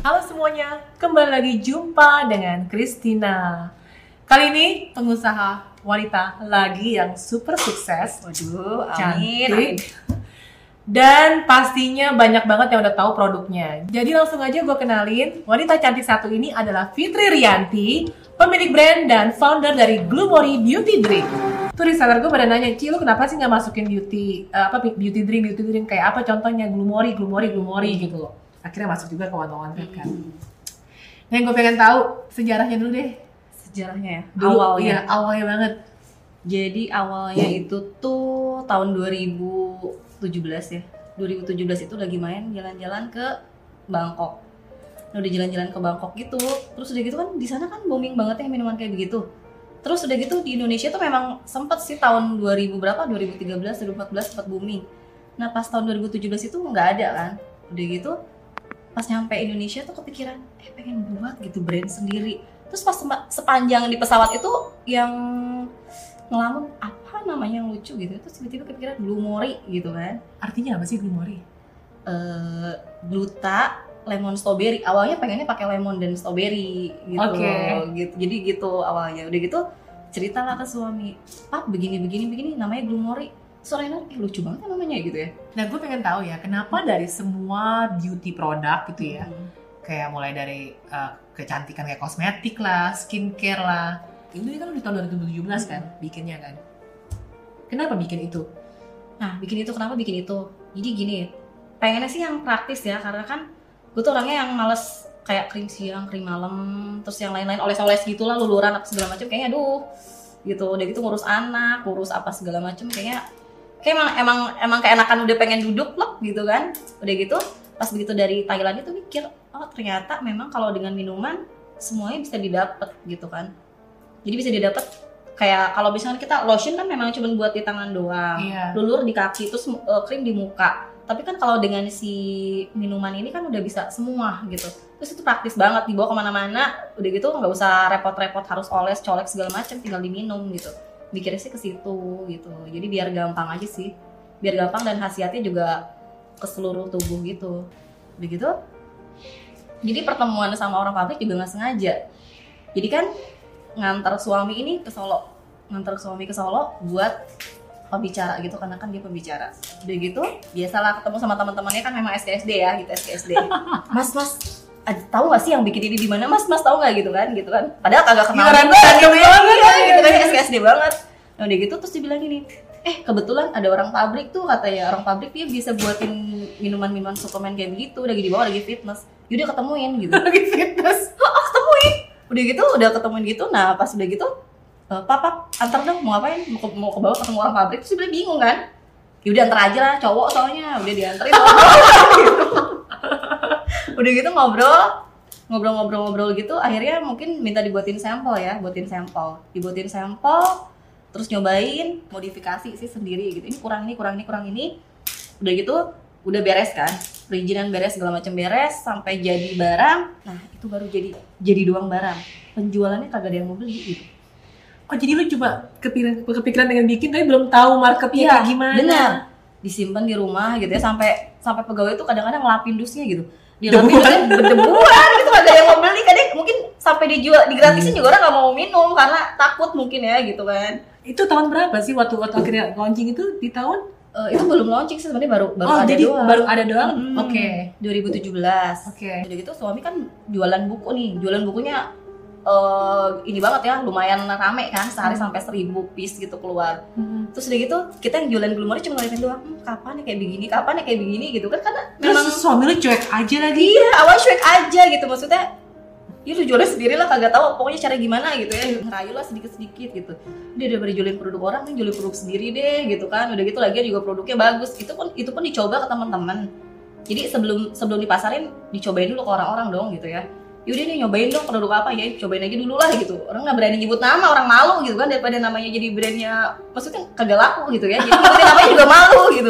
Halo semuanya, kembali lagi jumpa dengan Christina. Kali ini pengusaha wanita lagi yang super sukses. Waduh, cantik, dan pastinya banyak banget yang udah tahu produknya. Jadi langsung aja gue kenalin, wanita cantik satu ini adalah Fitri Rianti, pemilik brand dan founder dari Glumori Beauty Drink. Tuh reseller gue pada nanya, Ci lu kenapa sih nggak masukin beauty drink kayak apa contohnya Glumori gitu loh. Akhirnya masuk juga ke one kan. Nah yang gue pengen tahu sejarahnya dulu deh. Sejarahnya ya? Dulu, awalnya? Iya, awalnya banget. Jadi awalnya itu tuh tahun 2017 ya. 2017 itu lagi main jalan-jalan ke Bangkok. Nah udah jalan-jalan ke Bangkok gitu, terus udah gitu kan di sana kan booming banget ya minuman kayak begitu. Terus udah gitu di Indonesia tuh memang sempet sih tahun 2000 berapa, 2013, 2014 sempat booming. Nah pas tahun 2017 itu nggak ada kan. Udah gitu pas nyampe Indonesia tuh kepikiran pengen buat gitu brand sendiri. Terus pas sepanjang di pesawat itu yang ngelamun apa namanya yang lucu gitu, terus tiba-tiba kepikiran Glumori gitu kan. Artinya apa sih Glumori? Gluta lemon strawberry. Awalnya pengennya pakai lemon dan strawberry gitu. Gitu. Jadi gitu awalnya. Udah gitu ceritalah ke suami, "Pap, begini namanya Glumori." Soalnya lucu banget namanya gitu ya. Nah gue pengen tahu ya, kenapa dari semua beauty produk gitu ya, kayak mulai dari kecantikan kayak kosmetik lah, skincare lah, ini kan udah tahun 2017 kan bikinnya kan. Kenapa bikin itu? Nah kenapa bikin itu? Jadi gini, pengennya sih yang praktis ya, karena kan gue tuh orangnya yang males kayak krim siang, krim malam, terus yang lain-lain oles-oles gitulah, luluran apa segala macam, kayaknya aduh gitu. Udah gitu ngurus anak, ngurus apa segala macam, kayak emang kayak enakan udah pengen duduk loh gitu kan. Udah gitu pas begitu dari Thailand itu mikir, oh ternyata memang kalau dengan minuman semuanya bisa didapat gitu kan. Jadi bisa didapat kayak kalau misalnya kita lotion kan memang cuma buat di tangan doang, lulur di kaki, terus krim di muka. Tapi kan kalau dengan si minuman ini kan udah bisa semua gitu. Terus itu praktis banget, dibawa kemana-mana. Udah gitu nggak usah repot-repot harus oles, colek segala macam, tinggal diminum gitu. Mikirnya sih ke situ gitu. Jadi biar gampang aja sih. Biar gampang dan khasiatnya juga ke seluruh tubuh gitu. Begitu. Jadi pertemuan sama orang pabrik juga nggak sengaja. Jadi kan ngantar suami ini ke Solo. Ngantar suami ke Solo buat pembicara gitu, karena kan dia pembicara. Udah gitu, biasalah ketemu sama teman-temannya kan memang SKSD ya, gitu SKSD. Mas, tahu nggak sih yang bikin ini di mana? Mas tahu nggak gitu kan? Padahal kagak kenal banget gitu kan, SKSD banget. Nah udah gitu terus dibilang gini, kebetulan ada orang pabrik tuh, katanya orang pabrik dia bisa buatin minuman suplemen kayak begitu, lagi dibawa lagi fitness. Yaudah ketemuin gitu. Lagi fitness. Ketemuin. Udah ketemuin gitu. Nah pas udah gitu, Papa antar dong, mau ngapain? Mau ke bawah ketemu orang pabrik. Terus dia bilang bingung kan. Yaudah antar aja lah, cowok soalnya. Udah dianterin gitu. Udah gitu ngobrol gitu, akhirnya mungkin minta dibuatin sampel ya, dibuatin sampel, terus nyobain, modifikasi sih sendiri gitu. Ini kurang ini. Udah gitu, udah beres kan, perizinan beres, segala macam beres, sampai jadi barang. Nah itu baru jadi doang barang. Penjualannya kagak ada yang mau beli gitu. Oh jadi lu cuma kepikiran dengan bikin tapi belum tahu marketnya kayak gimana? Benar. Disimpan di rumah gitu ya, sampai pegawai itu kadang-kadang ngelapin dusnya gitu. Dilapin dusnya berdebuan gitu, ada yang mau beli, kadang mungkin sampai dijual digratisin juga orang nggak mau minum karena takut mungkin ya gitu kan. Itu tahun berapa sih waktu akhirnya launching itu di tahun? Itu belum launching sih sebenarnya, baru ada jadi doang. Baru ada doang. 2017. Udah gitu suami kan jualan buku nih, bukunya ini banget ya, lumayan rame kan, sehari sampai 1000 piece gitu keluar. Terus udah gitu kita yang jualan Glumori cuma ngeliatin doang, kapan ya kayak begini gitu kan, karena memang suami lu cuek aja lagi. Iya, awal cuek aja gitu, maksudnya ya lu jualnya sendiri lah, kagak tahu pokoknya cara gimana gitu ya, ngerayu lah sedikit gitu. Dia udah jualin produk orang, nih jualin produk sendiri deh gitu kan. Udah gitu lagi juga produknya bagus, itu pun dicoba ke teman-teman. Jadi sebelum dipasarin dicobain dulu ke orang-orang dong gitu ya. Yaudah nih nyobain dong produk apa ya, cobain aja dulu lah gitu. Orang nggak berani nyebut nama, orang malu gitu kan, daripada namanya jadi brandnya, maksudnya kagak laku gitu ya, jadi nyebutin namanya juga malu gitu.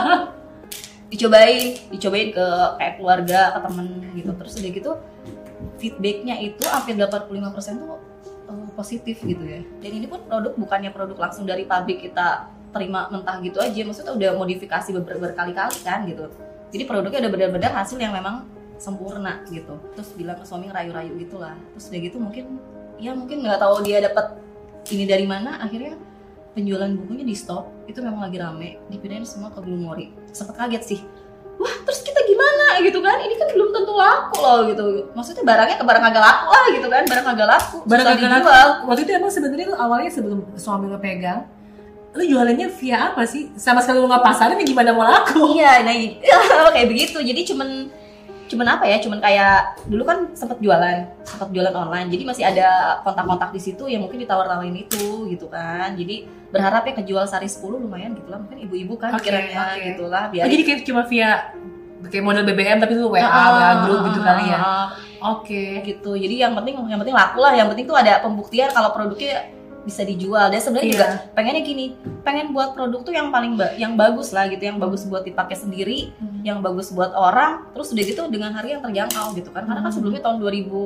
Dicobain ke kayak keluarga, ke temen gitu. Terus udah gitu feedbacknya itu hampir 85% tuh positif gitu ya. Dan ini pun bukannya produk langsung dari pabrik kita terima mentah gitu aja, maksudnya udah modifikasi berkali-kali kan gitu. Jadi produknya udah benar-benar hasil yang memang sempurna gitu. Terus bilang ke suami ngerayu-rayu gitulah. Terus udah gitu mungkin nggak tahu dia dapat ini dari mana, akhirnya penjualan bukunya di stop. Itu memang lagi rame, dipindahin semua ke Gloomori. Sempet kaget sih, wah terus kita gimana gitu kan, ini kan belum tentu laku loh gitu. Maksudnya barang kagak laku lah gitu kan, barang kagak laku, dijual. Waktu itu emang sebenarnya lu awalnya sebelum suami lu pegang, lu jualannya via apa sih? Sama sekali lu nggak pasarin, gimana mau laku? Iya, nah kayak begitu. Jadi cuman apa ya, cuman kayak dulu kan sempat jualan online, jadi masih ada kontak-kontak di situ yang mungkin ditawar-tawarin itu gitu kan. Jadi berharap ya kejual sehari 10 lumayan gitu lah, mungkin ibu-ibu kan pikirannya gitu lah. Jadi kayak cuma via kayak model BBM tapi tuh WA grup gitu kali ya. Gitu. Jadi yang penting laku lah, yang penting tuh ada pembuktian kalau produknya bisa dijual. Dan sebenarnya juga pengennya gini, pengen buat produk tuh yang paling yang bagus lah gitu, yang bagus buat dipakai sendiri, yang bagus buat orang, terus udah gitu dengan harga yang terjangkau gitu kan. Karena kan sebelumnya tahun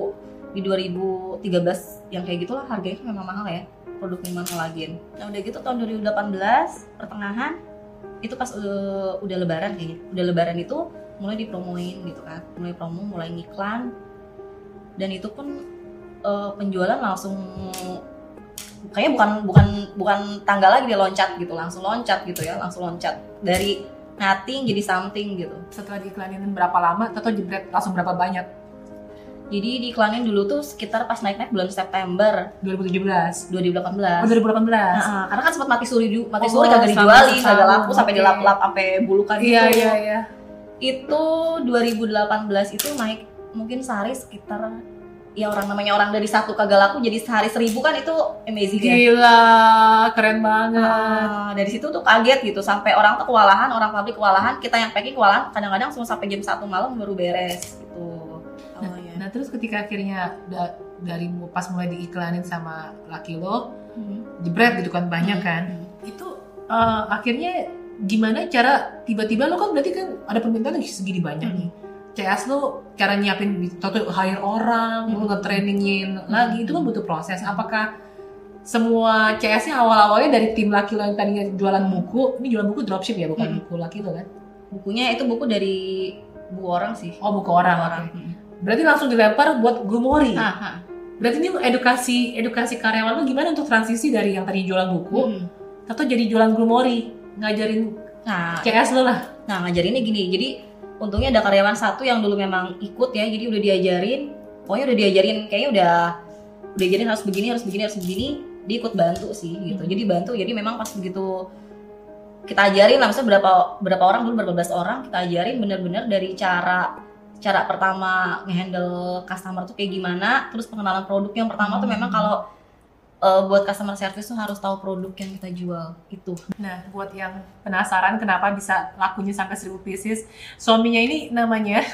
2013 yang kayak gitulah harganya kan memang mahal ya produk minuman halagin. Nah udah gitu tahun 2018 pertengahan itu pas udah lebaran kayaknya, udah lebaran itu mulai dipromoin gitu kan, mulai ngiklan, dan itu pun penjualan langsung kayaknya bukan tanggal lagi dia loncat gitu, langsung loncat dari nothing jadi something gitu. Setelah diiklanin berapa lama atau jebret langsung berapa banyak? Jadi diiklanin dulu tuh sekitar pas naik bulan September 2018. 2018. Oh 2018. Karena kan sempat mati suri kagak dijualin, kagak laku sampai dilap-lap sampai bulukan gitu. Iya. Itu 2018 itu naik mungkin sehari sekitar, ya orang dari satu kagak laku jadi sehari 1000 kan, itu amazing ya. Gila, keren banget. Dari situ tuh kaget gitu, sampai orang tuh kewalahan, orang pabrik kewalahan, kita yang packing kewalahan, kadang-kadang cuma sampai jam 1 malam baru beres gitu. Nah terus ketika akhirnya dari pas mulai diiklanin sama laki lo, jebret gitu kan, banyak kan, itu akhirnya gimana cara tiba-tiba lo kan berarti kan ada permintaan segini banyak nih. CS lo cara nyiapin hire orang, lo nge-trainingin lagi, itu kan butuh proses. Apakah semua CS-nya awal-awalnya dari tim laki lo yang tadinya jualan buku, ini jualan buku dropship ya, bukan buku laki lo kan? Bukunya itu buku dari buku orang sih. Oh buku orang. Berarti langsung dilempar buat Gloomori. Berarti ini edukasi karyawan lo gimana untuk transisi dari yang tadi jualan buku atau jadi jualan Gloomori, ngajarin CS lo lah. Nah ngajarinnya gini, jadi untungnya ada karyawan satu yang dulu memang ikut ya, jadi udah diajarin, kayaknya udah diajarin harus begini, dia ikut bantu sih gitu. Jadi memang pas begitu kita ajarin lah, misalnya berapa orang dulu, berapa belas orang kita ajarin benar-benar dari cara pertama ngehandle customer tuh kayak gimana, terus pengenalan produk yang pertama tuh memang kalau buat customer service tuh harus tahu produk yang kita jual itu. Nah, buat yang penasaran kenapa bisa lakunya sampai 1000 pieces, suaminya ini namanya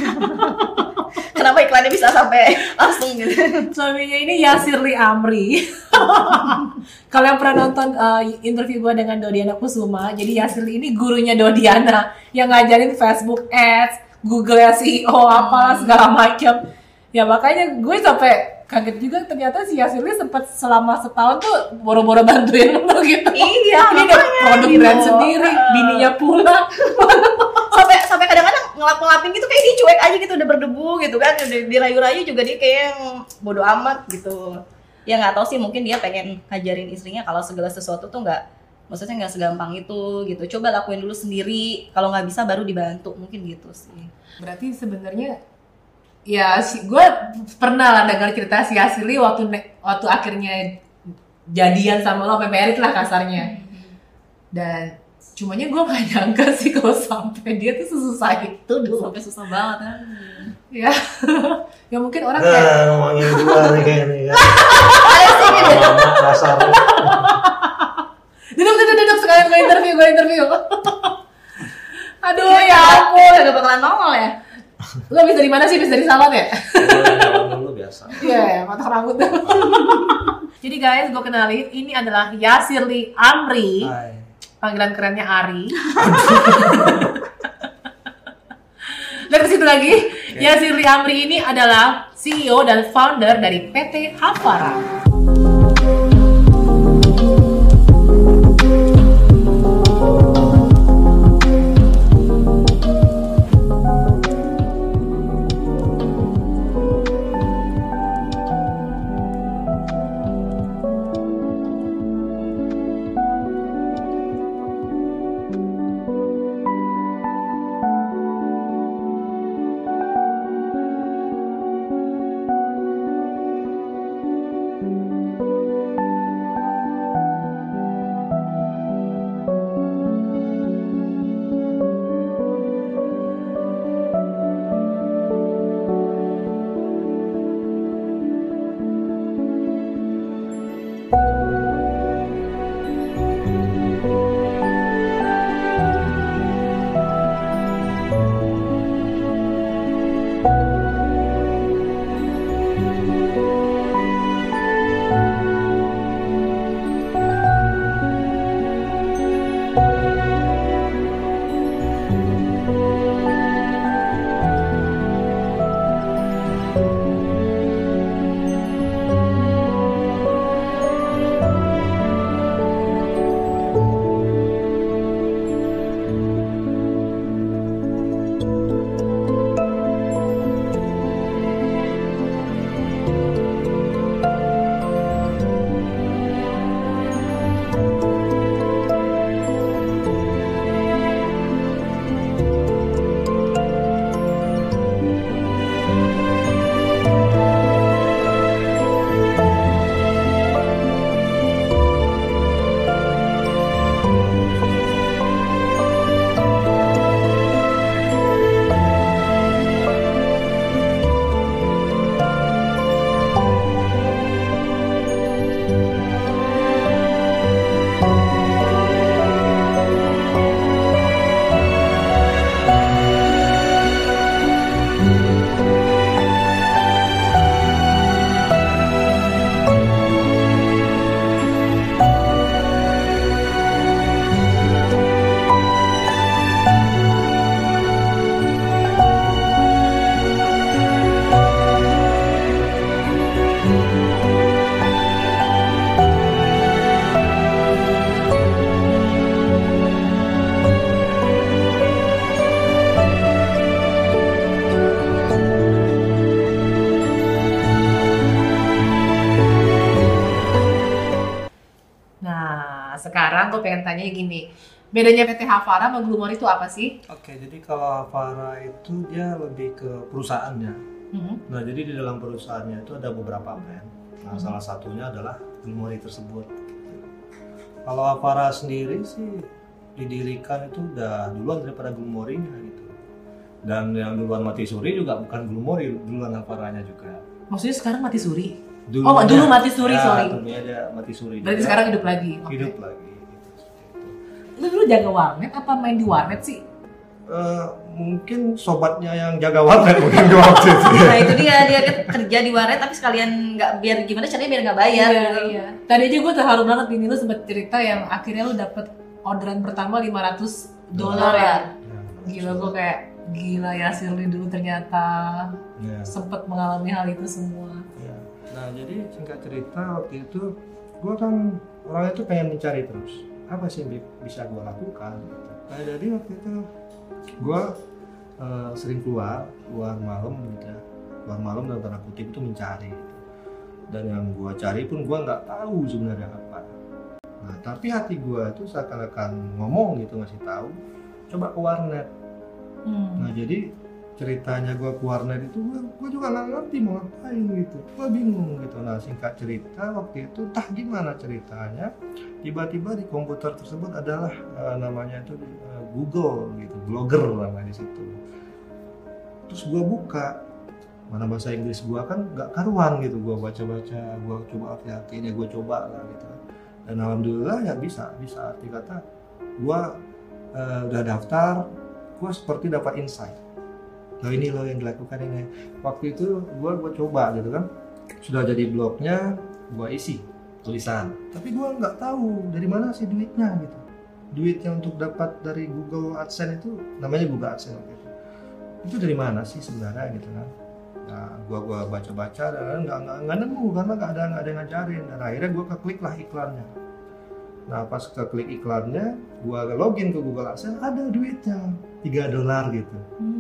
kenapa iklannya bisa sampai langsung gitu. Suaminya ini Yasirli Amri. Kalau yang pernah nonton interview gue dengan Dodiana Kusuma, jadi Yasirli ini gurunya Dodiana yang ngajarin Facebook Ads, Google ya CEO apalah segala macam. Ya makanya gue sampai kaget juga, ternyata si Yasirli sempat selama setahun tuh boro-boro bantuin lo gitu. Iya, ini ada produk brand sendiri, bininya pula. sampai kadang-kadang ngelap-ngelapin gitu kayak dia cuek aja gitu, udah berdebu gitu kan, udah dirayu-rayu juga dia kayak bodo amat gitu. Ya nggak tahu sih, mungkin dia pengen ngajarin istrinya kalau segala sesuatu tuh maksudnya nggak segampang itu gitu. Coba lakuin dulu sendiri, kalau nggak bisa baru dibantu, mungkin gitu sih. Berarti sebenarnya ya gue pernah lah dengar cerita si Yasirli waktu akhirnya jadian sama lo, sampai merit lah kasarnya. Dan cumanya gue gak nyangka sih kalau sampai dia tuh sesusah itu dulu. Sampai susah banget kan. Ya. Ya mungkin orang kayak ngomongin gue nih kayaknya ya. Dasar. Duduk sekalian gue interview. Aduh ya ampun, gak bakalan nongol ya. Lo habis dari mana sih? Habis dari salon ya? Dulu biasa. Iya, potong rambut. Jadi guys, gue kenalin, ini adalah Yasirli Amri. Hai. Panggilan kerennya Ari. Dan kesitu lagi, Yasirli Amri ini adalah CEO dan founder dari PT Havara. sekarang gue pengen tanya gini, bedanya PT Havara sama Glumori itu apa sih? Oke, jadi kalau Havara itu dia lebih ke perusahaannya. Nah, jadi di dalam perusahaannya itu ada beberapa brand. Nah, salah satunya adalah Glumori tersebut. Kalau Havara sendiri sih didirikan itu udah duluan daripada Glumori-nya gitu. Dan yang duluan mati suri juga bukan Glumori, duluan Havaranya juga. Maksudnya sekarang mati suri? Dulunya, dulu mati suri, ya, sorry. Dulunya ada mati suri. Berarti juga. sekarang hidup lagi? Oke. Hidup lagi. Gitu, seperti itu. Lu dulu jaga warnet apa main di warnet sih? Mungkin sobatnya yang jaga warnet mungkin di waktu itu. Nah itu dia kerja di warnet tapi sekalian nggak biar gimana caranya biar nggak bayar gitu. Iya. Tadi aja gue terharu banget ini, lu sempet cerita yang akhirnya lu dapet orderan pertama $500 ya. Gila, gue kayak gila ya Shirley dulu ternyata sempet mengalami hal itu semua. Ya. Nah jadi singkat cerita waktu itu gue kan orangnya tuh pengen mencari terus apa sih yang bisa gue lakukan gitu. Nah jadi waktu itu gue sering keluar malam gitu ya. Keluar malam dalam tanda kutip itu mencari gitu. Dan yang gue cari pun gue nggak tahu sebenarnya apa. Nah tapi hati gue itu seakan-akan ngomong gitu, ngasih tahu coba ke warnet. Nah jadi ceritanya gue ke warnet itu gue juga nggak ngerti mau ngapain gitu, gue bingung gitu. Nah singkat cerita waktu itu entah gimana ceritanya tiba-tiba di komputer tersebut adalah namanya itu Google gitu, blogger namanya di situ. Terus gue buka, mana bahasa Inggris gue kan nggak karuan gitu, gue baca-baca, gue coba arti-artinya, gue coba lah gitu. Dan alhamdulillah ya bisa arti kata gue udah daftar, gue seperti dapat insight. Nah ini loh yang dilakukan ini. Waktu itu gue coba gitu kan, sudah jadi blognya, gue isi tulisan. Tapi gue nggak tahu dari mana sih duitnya gitu. Duitnya untuk dapat dari Google AdSense itu, namanya Google AdSense gitu. Itu dari mana sih sebenarnya gitu kan? Nah gue baca-baca dan nggak nemu karena nggak ada yang ngajarin. Dan akhirnya gue keklik lah iklannya. Nah pas keklik iklannya, gue login ke Google AdSense, ada duitnya $3 gitu.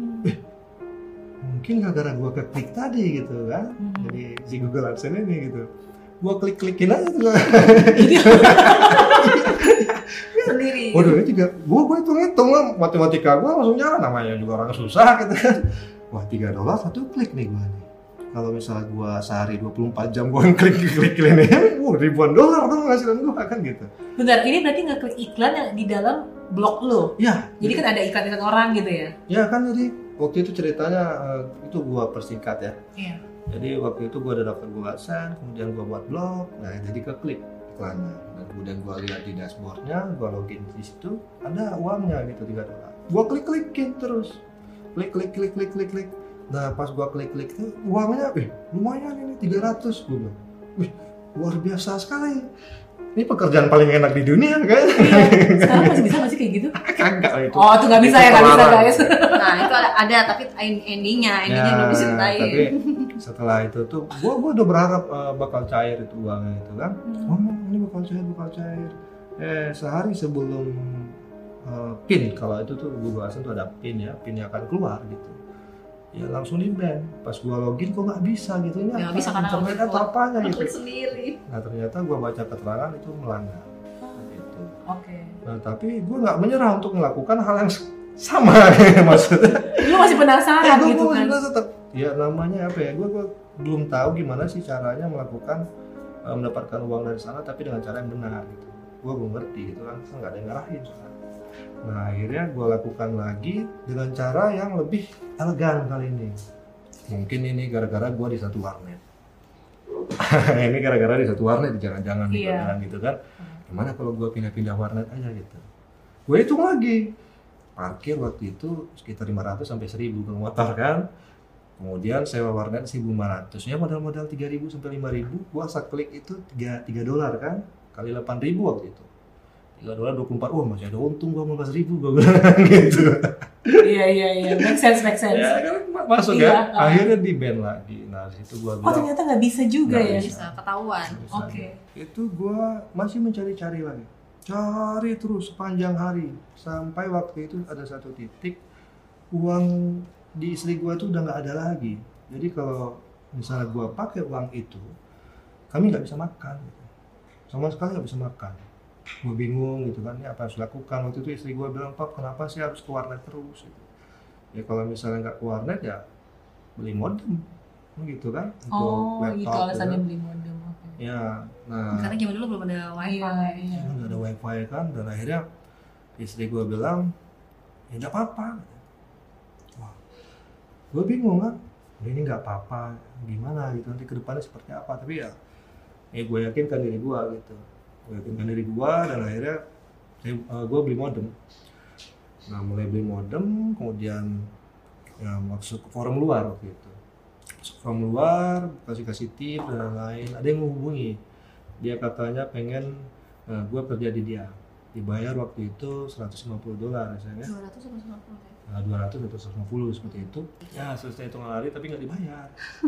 Mungkin gara-gara gue keklik tadi gitu kan, jadi si Google AdSense ini gitu, gue klik-klikin aja tuh. Sendiri. Waduh ini juga, gue hitung lah, matematika gue langsung jalan, namanya juga orang susah gitu kan. Wah $3 satu klik nih gue nih. Kalau misalnya gue sehari 24 jam gue klik ini, ribuan dolar tuh penghasilan gue kan gitu. Bentar, ini berarti ngeklik iklan yang di dalam blog lo? Ya. Jadi kan ada iklan-iklan orang gitu ya? Ya kan jadi waktu itu ceritanya itu gue persingkat ya. Iya. Jadi waktu itu gue udah daftar Google AdSense, kemudian gue buat blog, nah jadi keklik iklannya. Dan kemudian gue lihat di dashboardnya, gue login di situ, ada uangnya gitu $3. Gue klik-klikin terus, klik. Nah pas gue klik tuh uangnya, lumayan ini 300 gue bilang. Luar biasa sekali. Ini pekerjaan paling enak di dunia kan? Iya. Sekarang masih bisa nggak sih kayak gitu? Kagak itu. Oh itu nggak bisa ya, nggak bisa guys. Nah itu ada tapi endingnya belum diceritain. Tapi setelah itu tuh gue udah berharap bakal cair itu uangnya itu kan. Oh ini bakal cair. Sehari sebelum PIN, kalau itu tuh Google AdSense tuh ada PIN ya, PIN-nya akan keluar gitu. Ya langsung di ban. Pas gua login kok nggak bisa gitu, ini Nggak bisa karena internet atau apanya gitu. Klik sendiri. Nah ternyata gua baca keterangan itu melanggar. Gitu. Oke. Nah tapi gua nggak menyerah untuk melakukan hal yang sama maksudnya. Lu masih penasaran gitu Gua kan? masih tetap, ya namanya apa ya? Gua belum tahu gimana sih caranya melakukan mendapatkan uang dari sana tapi dengan cara yang benar gitu. Gua belum ngerti gitu kan, nggak ada yang ngarahin soalnya. Nah akhirnya gue lakukan lagi dengan cara yang lebih elegan kali ini. Mungkin ini gara-gara gue di satu warnet. Ini gara-gara di satu warnet, jangan-jangan gitu kan. Gimana kalau gue pindah-pindah warnet aja gitu. Gue hitung lagi. Parkir waktu itu sekitar 500 sampai 1000 ke motor kan. Kemudian sewa warnet 1.500. Ya modal 3.000 sampai 5.000. Gue asal klik itu $3 kan. Kali 8.000 waktu itu. $3 24, masih ada untung gua 15.000 gua bilang gitu. Iya, make sense. Ya kan masuk ya. Akhirnya di ban lagi. Nah situ gua bilang. Oh ternyata nggak bisa juga ya? Bisa ketahuan. Oke. Itu gua masih mencari-cari lagi. Cari terus sepanjang hari sampai waktu itu ada satu titik uang di istri gua tuh udah nggak ada lagi. Jadi kalau misalnya gua pakai uang itu, kami nggak bisa makan. Sama sekali nggak bisa makan. gue bingung gitu kan, ya apa harus lakukan. Waktu itu istri gue bilang, Pak kenapa sih harus ke warnet terus gitu. Ya kalau misalnya nggak ke warnet ya beli modem gitu kan untuk Itu laptop alasannya gitu. beli modem. Oke. Ya, nah Karena zaman dulu belum ada wifi. Iya. nggak ada wifi kan, dan akhirnya istri gue bilang ya nggak apa-apa. Wah, gue bingung kan, ini nggak apa-apa gimana gitu, nanti kedepannya seperti apa. Tapi ya gue yakinkan diri gue gitu, gue yakinkan diri gue, dan akhirnya gue beli modem. Nah mulai beli modem, kemudian ya masuk ke forum luar waktu itu. Masuk forum luar, kasih tip dan lain-lain. Ada yang menghubungi, dia katanya pengen gue kerja di dia, dibayar waktu itu $150 misalnya, 200 sama 150 ya. 200 atau 150 seperti itu. Ya selesai hitungan hari tapi nggak dibayar.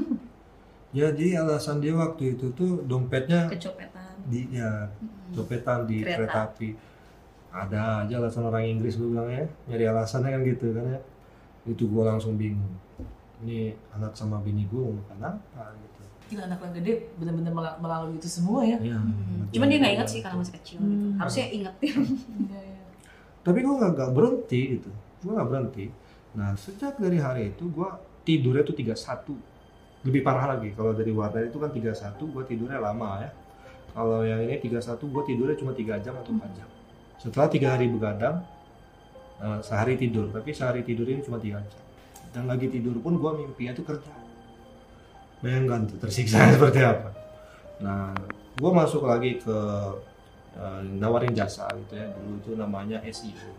Jadi alasan dia waktu itu tuh dompetnya Kecopetan. dopetan di Kereta. kereta api. Ada aja alasan orang Inggris, gue bilang ya, nyari alasannya kan gitu kan ya. Itu gue langsung bingung, ini anak sama bini gue mau makan apa gitu. Gila, anak yang gede benar-benar melalui itu semua ya. Ya, Cuman dia nggak ingat sih karena masih kecil gitu. Harusnya inget ya. Iya, iya. tapi gue nggak berhenti gitu, gue nggak berhenti. Nah sejak dari hari itu gue tidurnya tuh 31. Lebih parah lagi, kalau dari warnet itu kan 31, gue tidurnya lama ya. Kalau yang ini 31, gue tidurnya cuma 3 jam atau 4 jam. Setelah 3 hari begadang, sehari tidur, tapi sehari tidur ini cuma 3 jam. Dan lagi tidur pun gue mimpinya tuh kerja. Bayangkan tuh tersiksa seperti apa. Nah, gue masuk lagi ke nawarin jasa gitu ya, dulu itu namanya SEO.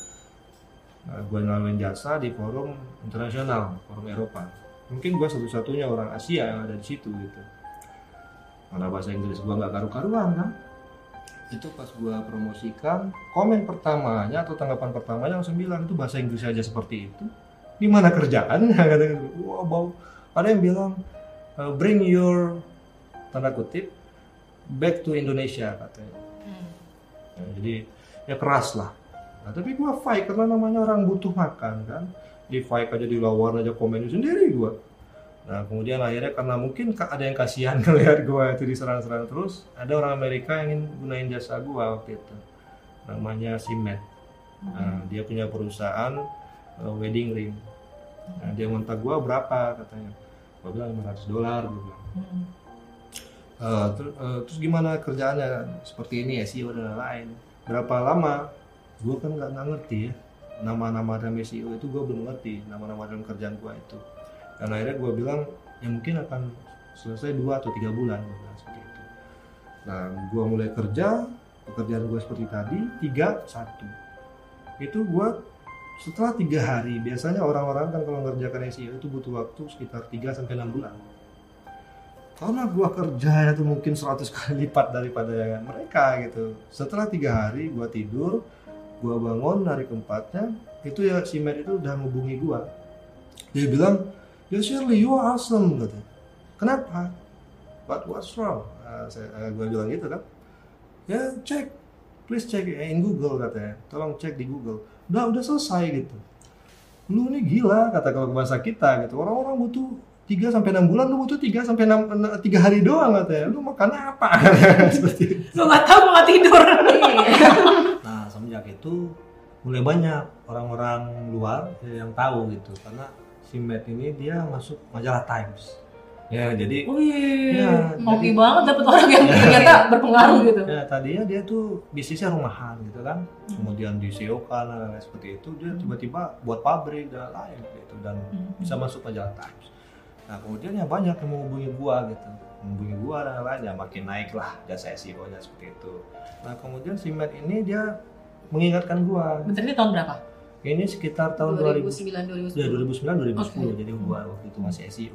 Nah, gue nawarin jasa di forum internasional, forum Eropa. Mungkin gue satu-satunya orang Asia yang ada di situ gitu. Karena bahasa Inggris gue nggak karu-karuan kan. Itu pas gue promosikan, komen pertamanya atau tanggapan pertamanya langsung bilang, itu bahasa Inggris aja seperti itu, di mana kerjaannya? Katanya, wah bau. Ada yang bilang, bring your, tanda kutip, back to Indonesia katanya. Nah, jadi ya keras lah. Nah, tapi gue fight karena namanya orang butuh makan kan. Di fight aja, dilawan aja, komennya sendiri gue. Nah kemudian akhirnya karena mungkin ada yang kasihan ngelihat gue itu diserang-serang terus, ada orang Amerika yang ingin gunain jasa gue waktu itu, namanya Simet. Nah, dia punya perusahaan wedding ring. Nah, dia ngontak gue berapa katanya, gue bilang $500 gue bilang. Terus gimana kerjaannya seperti ini, SEO dan lain-lain, berapa lama? Gue kan nggak ngerti ya nama-nama dalam SEO itu, gue belum ngerti nama-nama dalam kerjaan gue itu. Dan akhirnya gue bilang ya mungkin akan selesai 2 atau 3 bulan, gue bilang seperti itu. Nah gue mulai kerja, pekerjaan gue seperti tadi, 3-1 itu gue setelah 3 hari. Biasanya orang-orang kan kalau ngerjakan SEO itu butuh waktu sekitar 3-6 bulan. Karena gue kerjanya tuh mungkin 100 kali lipat daripada mereka gitu. Setelah 3 hari gue tidur, gue bangun hari keempatnya, itu ya si Matt itu udah ngubungi gue. Dia bilang, ya Shirley, you are awesome katanya. Kenapa? But what's wrong? Gue bilang gitu kan. Ya cek, please check in Google katanya. Tolong cek di Google. Udah selesai gitu. Lu ini gila kata kalau bahasa kita gitu. Orang-orang butuh 3-6 bulan, lu butuh 3 hari doang katanya. Lu makannya apa? Seperti itu. Lu nggak tahu mau nggak tidur. Nah semenjak itu mulai banyak orang-orang luar yang tahu gitu, karena si Matt ini dia masuk majalah Times. Ya jadi Wih, hoki jadi- banget dapet orang yang ternyata berpengaruh gitu. ya tadinya dia tuh bisnisnya rumahan gitu kan, kemudian di SEO kan seperti itu, dia tiba-tiba buat pabrik dan lain gitu, dan bisa masuk majalah Times. Nah kemudian ya banyak yang menghubungi gua gitu, menghubungi gua dan lain, ya makin naik lah jasa SEO-nya seperti itu. Nah kemudian si Matt ini dia mengingatkan gua, Bentar, ini tahun berapa? ini sekitar tahun 2000, 2009 ya 2009 2010, Oke. jadi gua waktu itu masih SEO.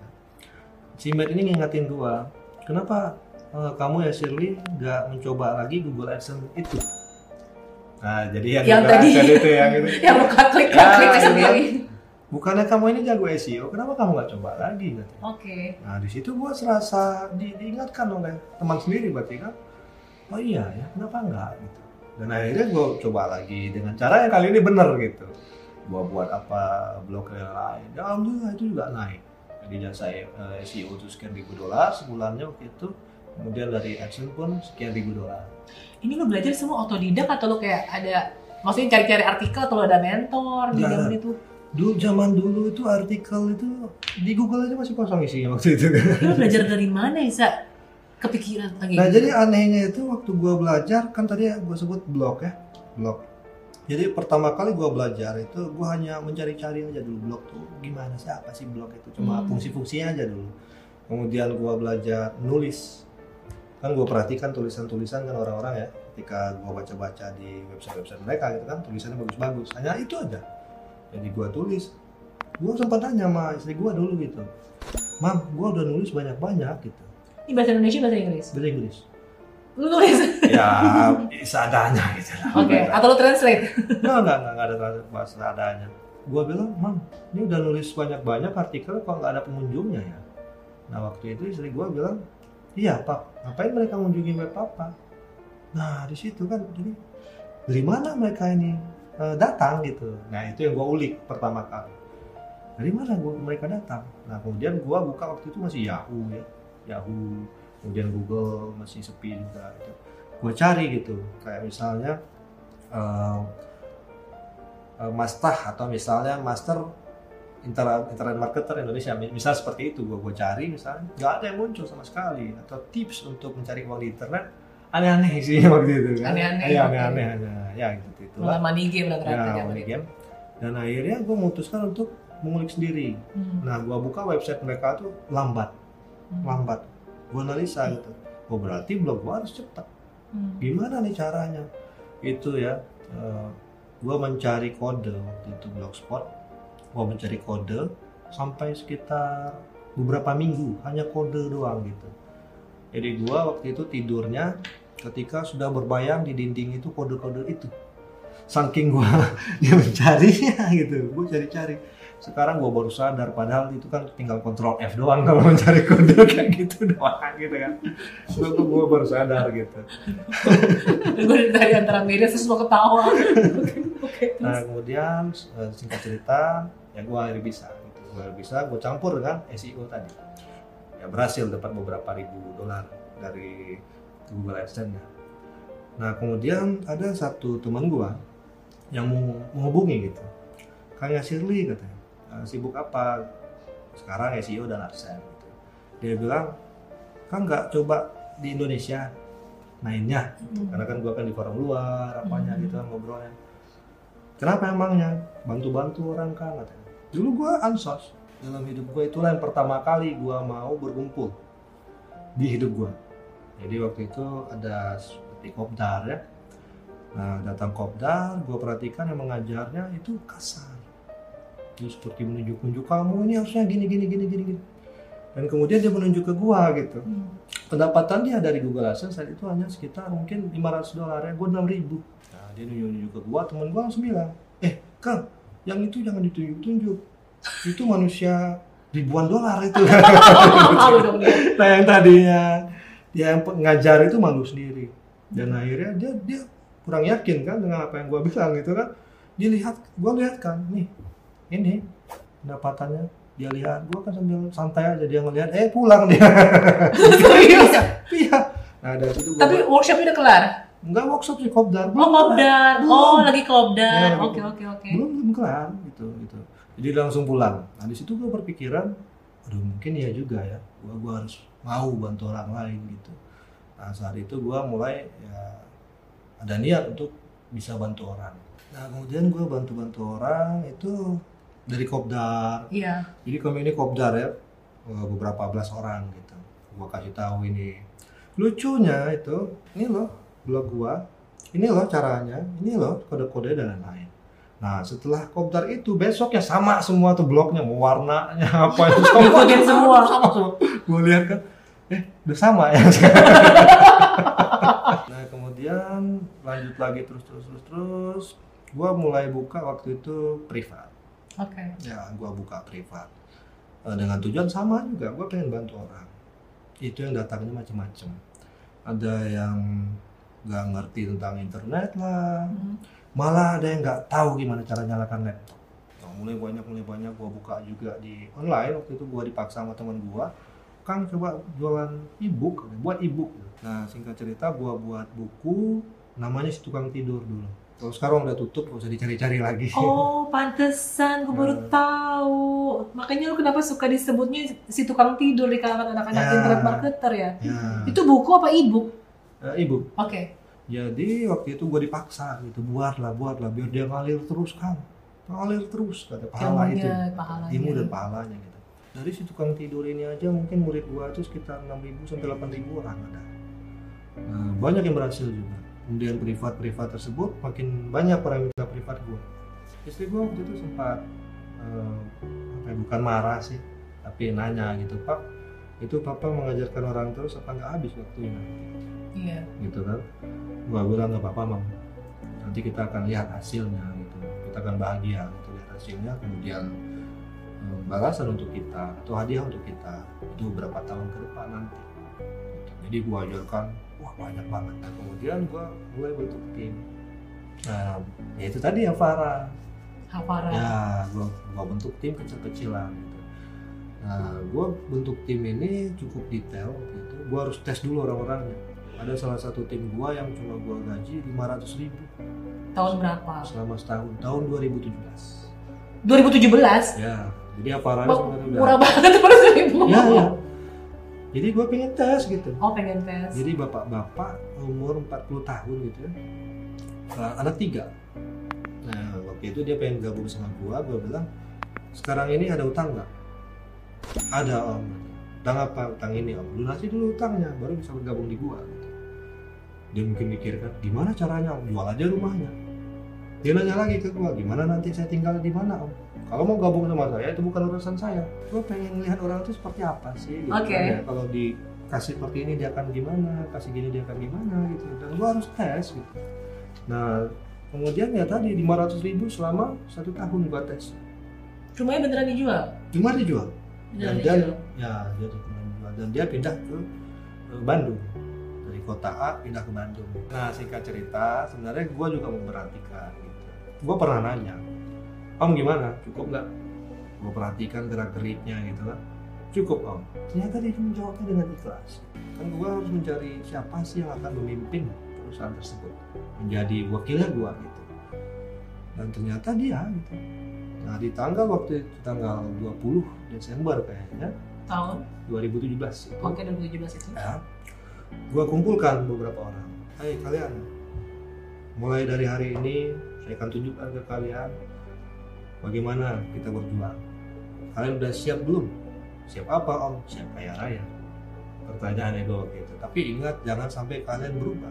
Si Matt ini ngingetin gua, kenapa kamu ya Shirley nggak mencoba lagi Google AdSense itu? Nah jadi Yang Google tadi. AdSense itu yang itu. Yang lu klik Ya, klik gitu. sendiri. Bukannya kamu ini jago SEO, kenapa kamu nggak coba lagi? Katanya. Oke. Nah di situ gua serasa diingatkan oleh teman sendiri berarti kan. Oh iya ya, kenapa enggak gitu. Dan akhirnya gue coba lagi dengan cara yang kali ini bener gitu. Gue buat apa blog yang lain. Ya alhamdulillah itu juga naik. Jadi jasa SEO itu sekian $1.000 sebulannya waktu itu. Kemudian dari AdSense pun sekian ribu dolar. Ini lu belajar semua otodidak atau lu kayak ada, maksudnya cari-cari artikel atau lu ada mentor di Nggak. zaman itu? Zaman dulu itu artikel itu di Google aja masih kosong isinya waktu itu. Lu belajar dari mana Isa? Kepikiran lagi. Nah jadi anehnya itu waktu gua belajar, kan tadi gua sebut blog ya, blog. Jadi pertama kali gua belajar itu gua hanya mencari-cari aja dulu blog tuh gimana sih, apa sih blog itu, cuma fungsi-fungsinya aja dulu. Kemudian gua belajar nulis, kan gua perhatikan tulisan-tulisan kan orang-orang ya, ketika gua baca-baca di website-website mereka gitu kan, tulisannya bagus-bagus, hanya itu aja. Jadi gua tulis, gua sempat tanya sama istri gua dulu gitu, Mam, gua udah nulis banyak-banyak gitu. Ini bahasa Indonesia, bahasa Inggris? Bahasa Inggris. Lu tulis? Ya seadanya gitu lah. Oke, atau lu translate? Enggak ada bahasa seadanya. Gua bilang, Mam, ini udah nulis banyak-banyak artikel kok nggak ada pengunjungnya ya. Nah waktu itu istri gua bilang, iya Pak, ngapain mereka mengunjungi web Papa? Nah di situ kan, jadi dari mana mereka ini datang gitu. Nah itu yang gua ulik pertama kali. Dari mana mereka datang? Nah kemudian gua buka waktu itu masih Yahoo, kemudian Google masih sepi juga gitu. Gue cari gitu, kayak misalnya Mastah atau misalnya Master Internet Marketer Indonesia, misal seperti itu. Gue cari misalnya, nggak ada yang muncul sama sekali. Atau tips untuk mencari uang di internet, aneh-aneh sih waktu itu kan. Aneh-aneh aja, ya gitu itulah. Money game lah ternyata Ya, money game. Dan akhirnya gue memutuskan untuk mengulik sendiri. Nah, gue buka website mereka tuh lambat, gue analisa gitu. Oh berarti blog gue harus cepat. Gimana nih caranya? Itu ya, gue mencari kode waktu itu Blogspot. Gue mencari kode sampai sekitar beberapa minggu, hanya kode doang gitu. Jadi gue waktu itu tidurnya ketika sudah berbayang di dinding itu kode-kode itu. Saking gue dia mencarinya gitu, gue cari-cari. Sekarang gue baru sadar, padahal itu kan tinggal kontrol F doang kalau mencari kode kayak gitu doang gitu kan. Gue baru sadar gitu. Gue dari antara media terus mau ketawa. Nah kemudian singkat cerita ya gue akhirnya bisa gitu. Gue campur dengan SEO tadi. Ya berhasil dapat beberapa ribu dolar dari Google AdSense. Nah kemudian ada satu teman gue yang menghubungi gitu. Kayak Shirley katanya, sibuk apa sekarang SEO dan AdSense gitu. Dia bilang, kan nggak coba di Indonesia mainnya, karena kan gua kan di forum luar apanya gitu kan ngobrolnya. Kenapa emangnya bantu-bantu orang kan katanya. Dulu gua ansos dalam hidup gua, itulah yang pertama kali gua mau berkumpul di hidup gua. Jadi waktu itu ada seperti kopdar ya. Nah datang kopdar, gua perhatikan yang mengajarnya itu kasar. Dia seperti menunjuk-nunjuk, kamu ini harusnya gini. Dan kemudian dia menunjuk ke gua gitu. Pendapatan dia dari Google AdSense saat itu hanya sekitar mungkin $500 ya, gua 6.000. Nah dia nunjuk ke gua, temen gua langsung bilang, Kang, yang itu jangan ditunjuk-tunjuk. Itu manusia ribuan dolar itu. Nah yang tadinya dia yang ngajar itu malu sendiri. Dan akhirnya dia kurang yakin kan dengan apa yang gua bilang gitu kan. Gua lihat kan, nih ini pendapatannya, dia lihat, gua kan sambil santai aja, dia ngelihat, pulang dia. Serius? Iya. Nah dari situ Tapi workshopnya udah kelar? Enggak, workshop sih, kopdar. Kopdar. Oh lagi kopdar. Ya, Oke. belum kelar gitu. Jadi langsung pulang. Nah di situ gua berpikiran, aduh mungkin ya juga ya, gua harus mau bantu orang lain gitu. Nah saat itu gua mulai ya ada niat untuk bisa bantu orang. Nah kemudian gua bantu orang itu dari kopdar. Iya. Jadi kami ini kopdar ya, beberapa belas orang gitu. Gua kasih tahu ini. Lucunya itu, ini loh blog gua, ini loh caranya, ini loh kode-kode dan lain-lain. Nah setelah kopdar itu besoknya sama semua tuh blognya, mau warnanya apa itu sama semua. Gua lihat kan, udah sama ya. Nah kemudian lanjut lagi terus. Gua mulai buka waktu itu privat. Oke. Ya, gua buka privat dengan tujuan sama juga, gua pengen bantu orang. Itu yang datangnya macam-macam. Ada yang nggak ngerti tentang internet lah, malah ada yang nggak tahu gimana cara nyalakan laptop. Nah, mulai banyak gua buka juga di online. Waktu itu gua dipaksa sama teman gua Kang coba jualan e-book, buat e-book. Nah singkat cerita gue buat buku namanya Si Tukang Tidur dulu. Kalau sekarang udah tutup, gak usah dicari-cari lagi. Oh, pantesan, gue baru tahu. Makanya lu kenapa suka disebutnya si tukang tidur di kalangan anak-anak internet marketer ya? Itu buku apa e-book? E-book. Oke. Jadi waktu itu gue dipaksa gitu, buatlah biar dia ngalir terus Kang. Ngalir terus, kata pahala itu. Ilmu dan pahalanya gitu. Dari Si Tukang Tidur ini aja mungkin murid gue tuh sekitar 6.000 sampai 8.000 orang ada. Nah, banyak yang berhasil juga. Kemudian privat tersebut makin banyak orang yang minta privat gue. Istri gue waktu itu sempat bukan marah sih, tapi nanya gitu, Pak, itu Papa mengajarkan orang terus apa nggak habis waktunya? Iya. Gitu kan? Gue bilang nggak apa-apa Mam, nanti kita akan lihat hasilnya gitu, kita akan bahagia gitu lihat hasilnya, kemudian balasan untuk kita atau hadiah untuk kita itu beberapa tahun ke depan nanti. Jadi gue ajarkan wah banyak banget. Nah, kemudian gue mulai bentuk tim. Nah, ya itu tadi Hafara. Ya, gue bentuk tim kecil-kecilan gitu. Nah, gue bentuk tim ini cukup detail gitu. Gue harus tes dulu orang-orangnya. Ada salah satu tim gue yang cuma gue gaji 500.000. Tahun berapa? Selama setahun, tahun 2017. 2017? Ya, jadi Hafara sebenarnya udah murah banget 500.000. Ya. Jadi gue pengen tes gitu. Oh, pengen tes. Jadi bapak-bapak umur 40 tahun gitu ya, anak 3. Nah waktu itu dia pengen gabung sama gue bilang, sekarang ini ada utang nggak? Ada Om. Utang apa? Utang ini Om. Lunasi dulu utangnya, baru bisa bergabung di gue gitu. Dia mungkin mikir kan, gimana caranya Om? Jual aja rumahnya. Dia nanya lagi ke gue, gimana nanti saya tinggal di mana Om? Kalau mau gabung sama saya itu bukan urusan saya. Gue pengen lihat orang itu seperti apa sih. Gitu. Okay. Kalau dikasih seperti ini dia akan gimana, kasih gini dia akan gimana gitu. Dan gue harus tes gitu. Nah kemudian ya tadi 500.000 selama 1 tahun gue tes. Rumahnya beneran dijual? Cuma dijual. Beneran Dan dijual? ya dia dijual. Dan dia pindah ke Bandung. Dari kota A pindah ke Bandung. Nah singkat cerita sebenarnya gue juga memperhatikan gitu. Gue pernah nanya, Om gimana? Cukup nggak? Gue perhatikan gerak-geriknya gitu kan. Cukup Om. Ternyata dia menjawabnya dengan ikhlas. Kan gue harus mencari siapa sih yang akan memimpin perusahaan tersebut, menjadi wakilnya gue gitu. Dan ternyata dia gitu. Nah di waktu itu tanggal 20 Desember kayaknya tahun 2017 itu. Oke, 2017 itu. Ya, gue kumpulkan beberapa orang. Hai kalian, mulai dari hari ini saya akan tunjukkan ke kalian bagaimana kita berjuang. Kalian udah siap belum? Siap apa Om? Siap kaya raya. Pertanyaannya gue gitu. Tapi ingat jangan sampai kalian berubah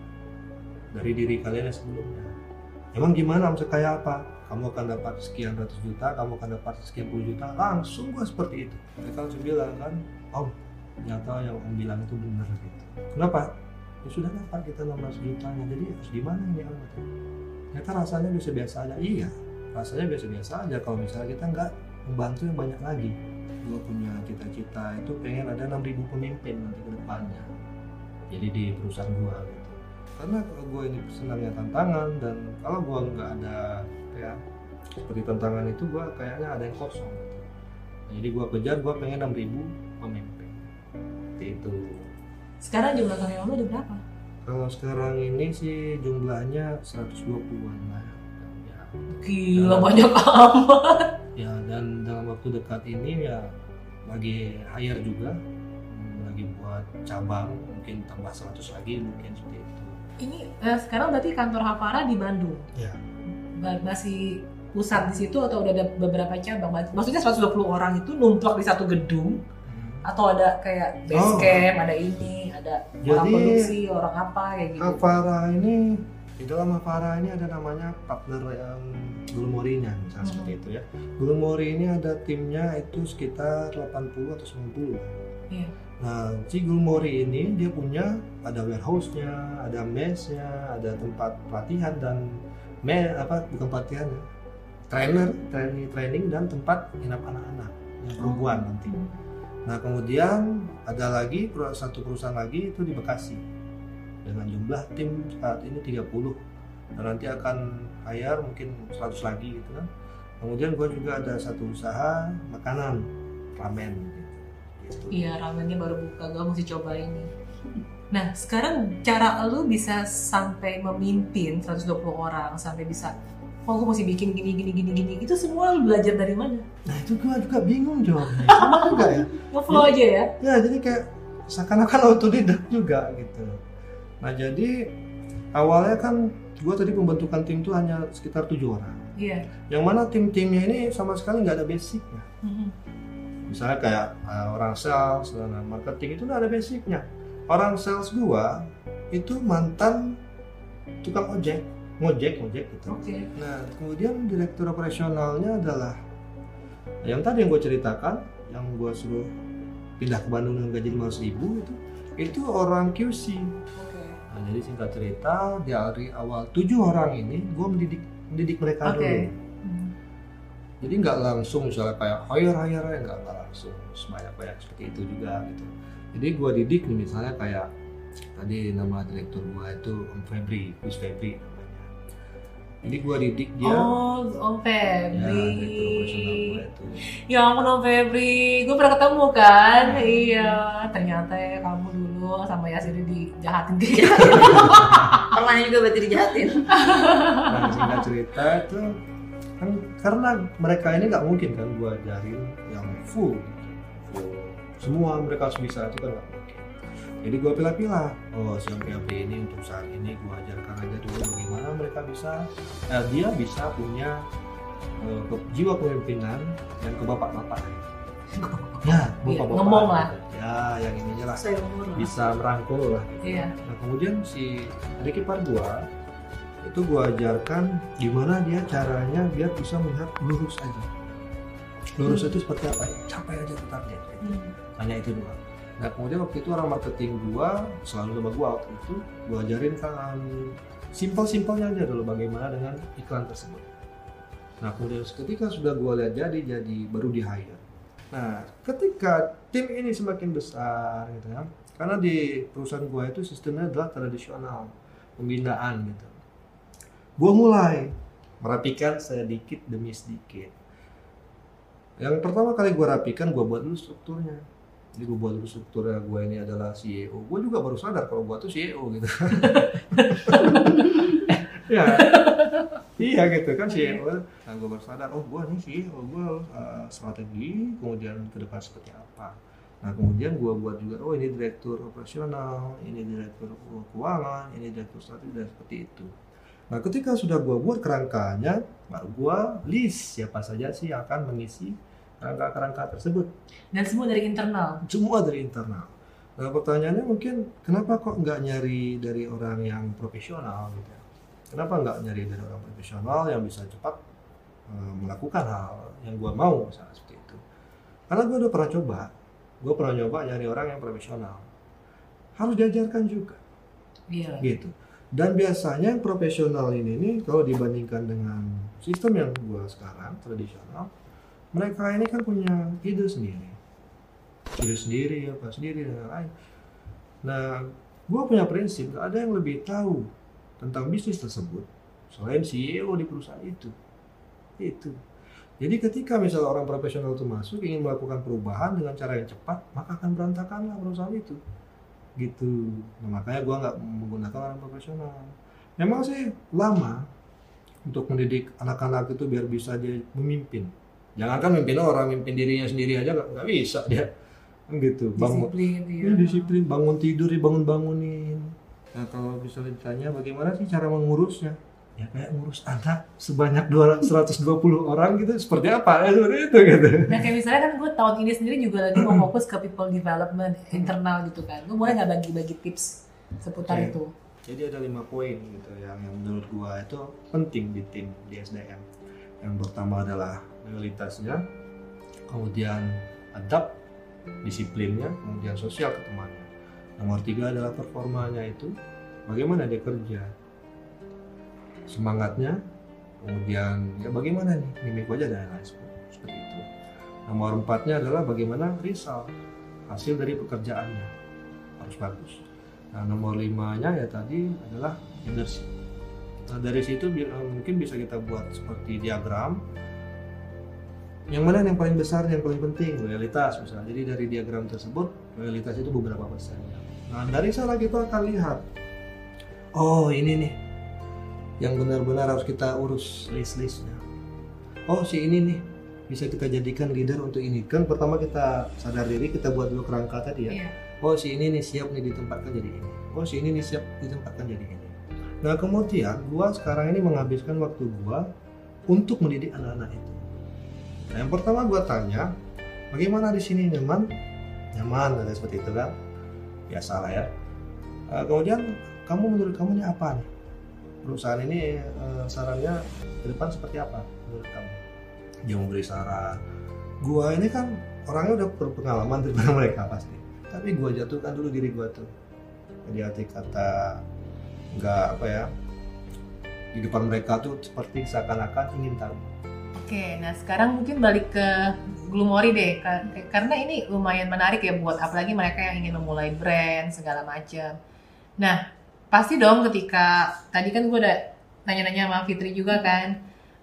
dari diri kalian yang sebelumnya. Emang gimana Om sekaya apa? Kamu akan dapat sekian ratus juta, kamu akan dapat sekian puluh juta. Langsung gue seperti itu. Mereka langsung bilang kan, Om ternyata yang Om bilang itu benar gitu. Kenapa? Ya sudah dapat kita 16 jutanya. Jadi harus gimana ini Om? Ternyata rasanya biasa-biasa aja. Iya, rasanya biasa-biasa aja kalau misalnya kita nggak membantu yang banyak lagi. Gue punya cita-cita itu pengen ada 6.000 pemimpin nanti ke depannya. Jadi di perusahaan gue gitu. Karena gue ini senangnya tantangan, dan kalau gue nggak ada ya seperti tantangan itu, gue kayaknya ada yang kosong gitu. Nah, jadi gue kejar, gue pengen 6.000 pemimpin. Seperti itu. Sekarang jumlah karyawan lu udah berapa? Kalau sekarang ini sih jumlahnya 120-an lah. Ya, gila banyak amat. Ya, dan dalam waktu dekat ini ya lagi hire juga, lagi buat cabang, mungkin tambah 100 lagi mungkin seperti itu. Ini sekarang berarti kantor Hafara di Bandung? Ya. Masih pusat di situ atau udah ada beberapa cabang? Maksudnya 120 orang itu numplak di satu gedung? Atau ada kayak base camp, ada ini, ada orang produksi, orang apa kayak gitu? Hafara ini, di dalam Hafara ini ada namanya partner yang Gulmori-nya misalnya seperti itu ya. Gulmori ini ada timnya itu sekitar 80 atau 90. Iya. Nah, si Gulmori ini dia punya ada warehouse-nya, ada mess-nya, ada tempat pelatihan dan bukan pelatihan ya. Training dan tempat nginap anak-anak yang perempuan nanti. Nah, kemudian ada lagi satu perusahaan lagi itu di Bekasi dengan jumlah tim saat ini 30, dan nanti akan hire mungkin 100 lagi gitu kan. Kemudian gue juga ada satu usaha makanan ramen gitu. Iya, ramennya baru buka, gue mesti coba ini. Nah, sekarang cara lu bisa sampai memimpin 120 orang, sampai bisa, oh gue mesti bikin gini, itu semua lu belajar dari mana? Nah itu gue juga bingung jawabnya, sama juga ya. Nge-flow aja ya? Ya jadi kayak seakan-akan autodidak juga gitu. Nah jadi awalnya kan gue tadi pembentukan tim tuh hanya sekitar 7 orang. Iya. Yang mana tim-timnya ini sama sekali nggak ada basicnya. Misalnya kayak orang sales dan marketing itu nggak ada basicnya. Orang sales gua itu mantan tukang ngojek gitu. Oke. Nah kemudian direktur operasionalnya adalah yang tadi yang gue ceritakan, yang gue suruh pindah ke Bandung dengan gaji 500.000 itu orang QC. Oke. Nah jadi singkat cerita dari awal 7 orang ini gue mendidik mereka dulu. Jadi nggak langsung misalnya kayak hire nggak langsung sebanyak seperti itu juga gitu. Jadi gue didik nih misalnya kayak tadi nama direktur gue itu Om Febri, Gus Febri namanya. Jadi gue didik dia. Oh, Om Febri. Ya, direktur operasional gue itu. Ya ampun Om Febri, gue pernah ketemu kan? Iya, ternyata ya kamu dulu sama Yasiri dijahatin dia. Pernah juga berarti dijahatin. Nah singkat cerita itu kan karena mereka ini nggak mungkin kan gue ajarin yang full semua mereka harus bisa, itu kan nggak mungkin. Jadi gue pilih-pilih, oh si Om Febri ini untuk saat ini gue ajarkan aja dulu bagaimana mereka bisa, dia bisa punya jiwa kepemimpinan dan kebapak-bapak. Ya, bapak-bapak. Ngomong lah. Ya, yang ininya lah. Bisa merangkul lah. Iya. Nah kemudian si adik ipar gue itu gue ajarkan gimana dia caranya biar bisa melihat lurus aja. Lurus itu seperti apa? Capai aja ke target. Hanya itu doang. Nah kemudian waktu itu orang marketing gua selalu sama gua waktu itu gua ajarin kan simpel-simpelnya aja dulu bagaimana dengan iklan tersebut. Nah kemudian ketika sudah gua lihat jadi baru di hire. Nah ketika tim ini semakin besar gitu ya, karena di perusahaan gua itu sistemnya adalah tradisional pembinaan gitu. Gua mulai merapikan sedikit demi sedikit. Yang pertama kali gua rapikan, gua buat dulu strukturnya. Jadi gue buat dulu strukturnya, gue ini adalah CEO. Gue juga baru sadar kalau gue tuh CEO gitu. Ya, iya gitu kan CEO. Nah gue baru sadar, oh gue nih CEO, gue strategi, kemudian ke depan seperti apa. Nah kemudian gue buat juga, oh ini direktur operasional, ini direktur keuangan, ini direktur strategi, dan seperti itu. Nah ketika sudah gue buat kerangkanya, baru gue list siapa saja sih yang akan mengisi kerangka tersebut. Dan semua dari internal? Semua dari internal. Nah pertanyaannya mungkin kenapa kok nggak nyari dari orang yang profesional gitu ya? Kenapa nggak nyari dari orang profesional yang bisa cepat melakukan hal yang gue mau misalnya seperti itu? Karena gue udah pernah coba. Gue pernah nyoba nyari orang yang profesional. Harus diajarkan juga. Iya. Gitu. Dan biasanya yang profesional ini kalau dibandingkan dengan sistem yang gue sekarang tradisional, mereka ini kan punya ide sendiri apa sendiri dan lain. Nah, gue punya prinsip gak ada yang lebih tahu tentang bisnis tersebut selain CEO di perusahaan itu. Jadi ketika misalnya orang profesional itu masuk ingin melakukan perubahan dengan cara yang cepat, maka akan berantakanlah perusahaan itu. Gitu. Nah, makanya gue nggak menggunakan orang profesional. Memang sih lama untuk mendidik anak-anak itu biar bisa dia memimpin. Jangankan mimpin orang, mimpin dirinya sendiri aja nggak bisa dia, gitu. Disiplin, bangun tidur dibangunin. Nah kalau misalnya ditanya bagaimana sih cara mengurusnya, ya kayak ngurus anak sebanyak 120 orang gitu, seperti apa? Seperti itu gitu. Nah kayak misalnya kan gue tahun ini sendiri juga lagi mau fokus ke people development internal gitu kan. Gue boleh nggak bagi-bagi tips seputar itu? Jadi ada 5 poin gitu yang menurut gue itu penting di tim di SDM. Yang pertama adalah loyalitasnya, kemudian adab, disiplinnya, kemudian sosial ke temannya. Nomor 3 adalah performanya itu, bagaimana dia kerja, semangatnya, kemudian ya bagaimana nih mimik wajah dan lain seperti itu. Nomor 4-nya adalah bagaimana result, hasil dari pekerjaannya harus bagus. Nah nomor 5-nya ya tadi adalah leadership. Nah dari situ mungkin bisa kita buat seperti diagram. Yang mana yang paling besar, yang paling penting? Loyalitas misalnya. Jadi dari diagram tersebut, loyalitas itu beberapa persen. Nah, dari sana kita akan lihat, oh ini nih, yang benar-benar harus kita urus list-listnya. Oh si ini nih, bisa kita jadikan leader untuk ini. Kan pertama kita sadar diri, kita buat dulu kerangka tadi ya. Iya. Oh si ini nih siap nih ditempatkan jadi ini. Oh si ini nih siap ditempatkan jadi ini. Nah kemudian gua sekarang ini menghabiskan waktu gua untuk mendidik anak-anak itu. Nah, yang pertama gua tanya, bagaimana di sini nyaman? Nyaman, ada seperti itu kan? Biasalah ya. Kemudian kamu menurut kamu ini apa nih? Perusahaan ini sarannya ke depan seperti apa menurut kamu? Dia memberi saran. Gua ini kan orangnya udah berpengalaman daripada mereka pasti. Tapi gua jatuhkan dulu diri gua tuh. Jadi arti kata nggak apa ya, di depan mereka tuh seperti seakan-akan ingin tahu. Oke, nah sekarang mungkin balik ke Glumori deh, karena ini lumayan menarik ya buat apalagi mereka yang ingin memulai brand segala macam. Nah, pasti dong ketika tadi kan gue udah nanya-nanya sama Fitri juga kan,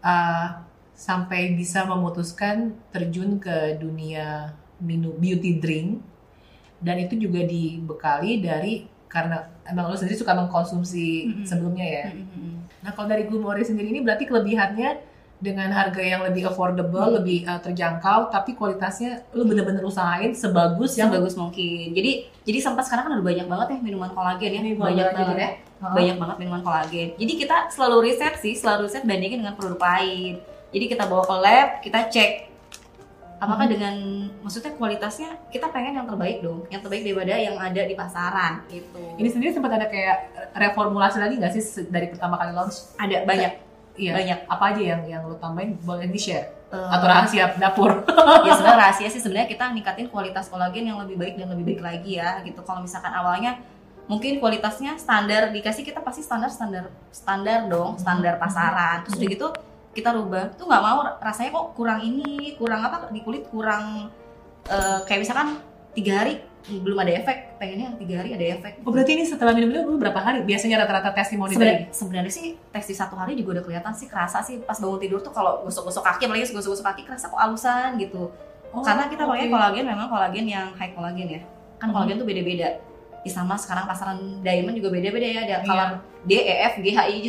sampai bisa memutuskan terjun ke dunia minum beauty drink, dan itu juga dibekali dari karena emang lo sendiri suka mengkonsumsi sebelumnya ya. Nah kalau dari Glumori sendiri ini berarti kelebihannya dengan harga yang lebih affordable, lebih terjangkau, tapi kualitasnya lo bener-bener usahain sebagus mungkin. Jadi sampai sekarang kan udah banyak banget ya minuman kolagen ya, banyak banget ya, banyak banget minuman kolagen. Jadi kita selalu riset bandingin dengan produk lain. Jadi kita bawa ke lab, kita cek apakah dengan maksudnya kualitasnya kita pengen yang terbaik dong, yang terbaik daripada yang ada di pasaran gitu. Ini sendiri sempat ada kayak reformulasi lagi nggak sih dari pertama kali launch? Ada banyak. Iya. Banyak. Apa aja yang lo tambahin, boleh di share? Atau rahasia dapur? Ya sebenarnya rahasia sih sebenarnya kita ningkatin kualitas kolagen yang lebih baik dan lebih baik lagi ya gitu. Kalau misalkan awalnya mungkin kualitasnya standar dikasih, kita pasti standar dong, standar pasaran. Terus udah gitu kita rubah tuh, nggak mau rasanya kok kurang ini, kurang apa di kulit, kurang kayak misalkan 3 hari belum ada efek, pengennya 3 hari ada efek. Oh berarti ini setelah minum itu berapa hari? Biasanya rata-rata testimoni tadi? Sebenarnya sih tes di 1 hari juga udah kelihatan sih, kerasa sih pas bangun tidur tuh kalau gosok-gosok kaki, apalagi gosok-gosok kaki kerasa kok alusan gitu. Karena kita pakai kolagen, memang kolagen yang high kolagen ya. Kan kolagen tuh beda-beda. Ya sama sekarang pasaran diamond juga beda-beda ya, ada color D, E, F, G, H, I, J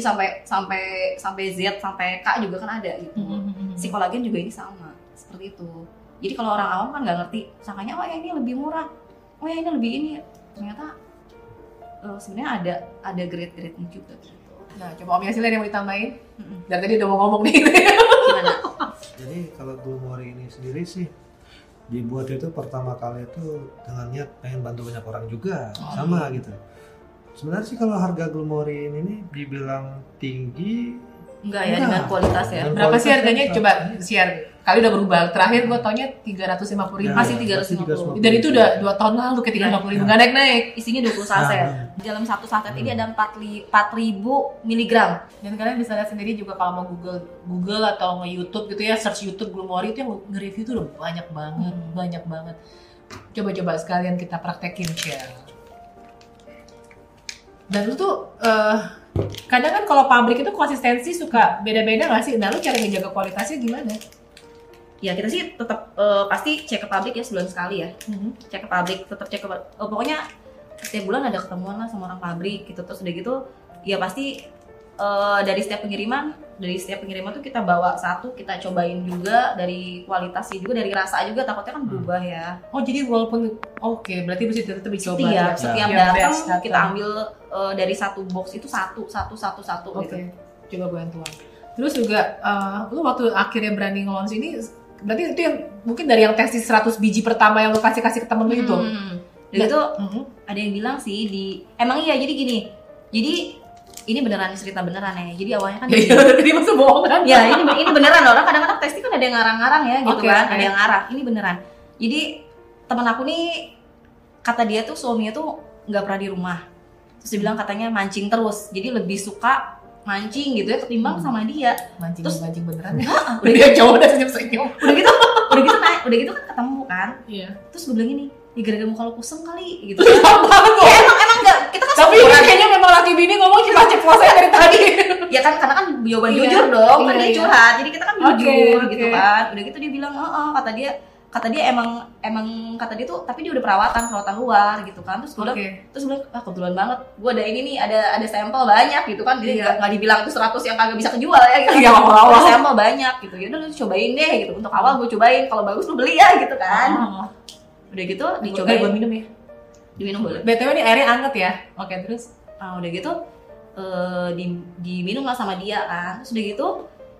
sampai Z sampai K juga kan ada gitu. Si kolagen juga ini sama seperti itu. Jadi kalau orang awam kan nggak ngerti, sangkanya oh ya ini lebih murah, oh ya ini lebih ini. Ternyata sebenarnya ada grade-grade-nya juga gitu. Nah coba Om Yasil yang mau ditambahin. Dari tadi udah mau ngomong nih. Gimana? Jadi kalau Glumori ini sendiri sih dibuat itu pertama kali itu dengan niat pengen bantu banyak orang juga, sama gitu. Sebenarnya sih kalau harga Glumori ini nih dibilang tinggi, enggak ya, dengan kualitas ya. Berapa sih harganya? Coba share. Kali udah berubah. Terakhir gue taunya 350.000. Masih 350. Dan itu udah 2 tahun lalu ke 350.000, nggak naik-naik. Isinya 20 saset. Dalam satu saset ini ada 4.000 mg. Dan kalian bisa lihat sendiri juga kalau mau Google atau nge-YouTube gitu ya, search YouTube Glumori itu yang nge-review tuh udah banyak banget. Coba-coba sekalian kita praktekin ya. Dan lu tuh kadang kan kalau pabrik itu konsistensi suka beda-beda nggak sih? Nah lu cara ngejaga kualitasnya gimana? Ya kita sih tetap pasti cek ke pabrik ya sebulan sekali ya. Cek ke pabrik, tetap cek ke pokoknya setiap bulan ada ketemuan lah sama orang pabrik gitu. Terus udah gitu ya pasti dari setiap pengiriman tuh kita bawa satu, kita cobain juga dari kualitasnya juga, dari rasa juga, takutnya kan berubah ya. Oh jadi walaupun berarti bisa tetap dicoba. Setiap datang kita ambil dari satu box itu satu gitu. Coba gue yang tua. Terus juga lu waktu akhirnya berani nge-launch ini, berarti itu yang mungkin dari yang tes 100 biji pertama yang lu kasih ke temen lu itu. Dan itu ada yang bilang sih emang iya, jadi gini. Jadi ini beneran, cerita beneran ya. Jadi awalnya kan jadi masa bohong kan? Ya, ini beneran. Orang kadang-kadang testing kan ada yang ngarang-ngarang ya gitu kan. Ada yang ngarang. Ini beneran. Jadi teman aku nih kata dia tuh suaminya tuh nggak pernah di rumah. Terus dia bilang katanya mancing terus. Jadi lebih suka mancing gitu ya ketimbang sama dia. Mancing beneran ya. Udah dia cowok udah senyum-senyum. Udah gitu kan ketemu kan. Iya. Terus gue bilang gini, ya gara-gara muka lo pusing kali gitu. Apa tuh? Ya emang enggak, kita kan Tapi seumuran. kayaknya memang laki bini ngomong cuma ceplosannya dari tadi. Ya kan karena kan jawaban Iya, jujur dong, kan iya, dia iya. curhat. Jadi kita kan Oke, jujur oke. gitu kan. Udah gitu dia bilang, kata dia emang kata dia tuh tapi dia udah perawatan luar gitu kan. Terus gue bilang, Oke. terus gue bilang, kebetulan banget gue ada ini nih, ada sampel banyak gitu kan. Jadi Iya. nggak dibilang itu 100 yang kagak bisa kejual ya gitu. Iya, awal-awal. Ada sampel banyak gitu. Ya udah lu cobain deh gitu. Untuk awal gue cobain, kalau bagus lu beli ya gitu kan. Oh. Udah gitu Dicobain gue dicobain, minum ya. diminum boleh. BTW ini airnya anget ya. Oke, terus Udah gitu diminum lah sama dia kan. Terus udah gitu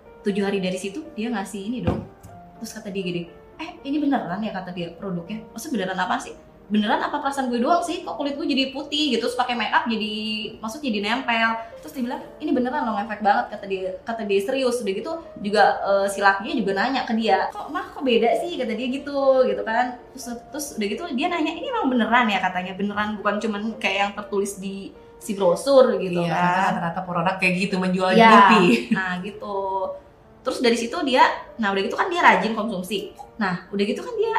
7 hari dari situ dia ngasih ini dong. Terus kata dia gini, ini beneran ya, kata dia, produknya. Maksudnya beneran apa sih? Beneran apa perasaan gue doang sih? Kok kulit gue jadi putih gitu, terus pakai make up jadi, maksudnya jadi nempel. Terus dia bilang, ini beneran loh, ngefek banget, kata dia serius. Udah gitu juga si lakinya juga nanya ke dia, kok beda sih, kata dia gitu kan. Terus udah gitu dia nanya, ini emang beneran ya, katanya beneran, bukan cuman kayak yang tertulis di si brosur gitu iya, kan. rata-rata produk kayak gitu menjual Iya. beauty. Nah gitu. Terus dari situ dia, nah udah gitu kan dia rajin konsumsi. Nah udah gitu kan dia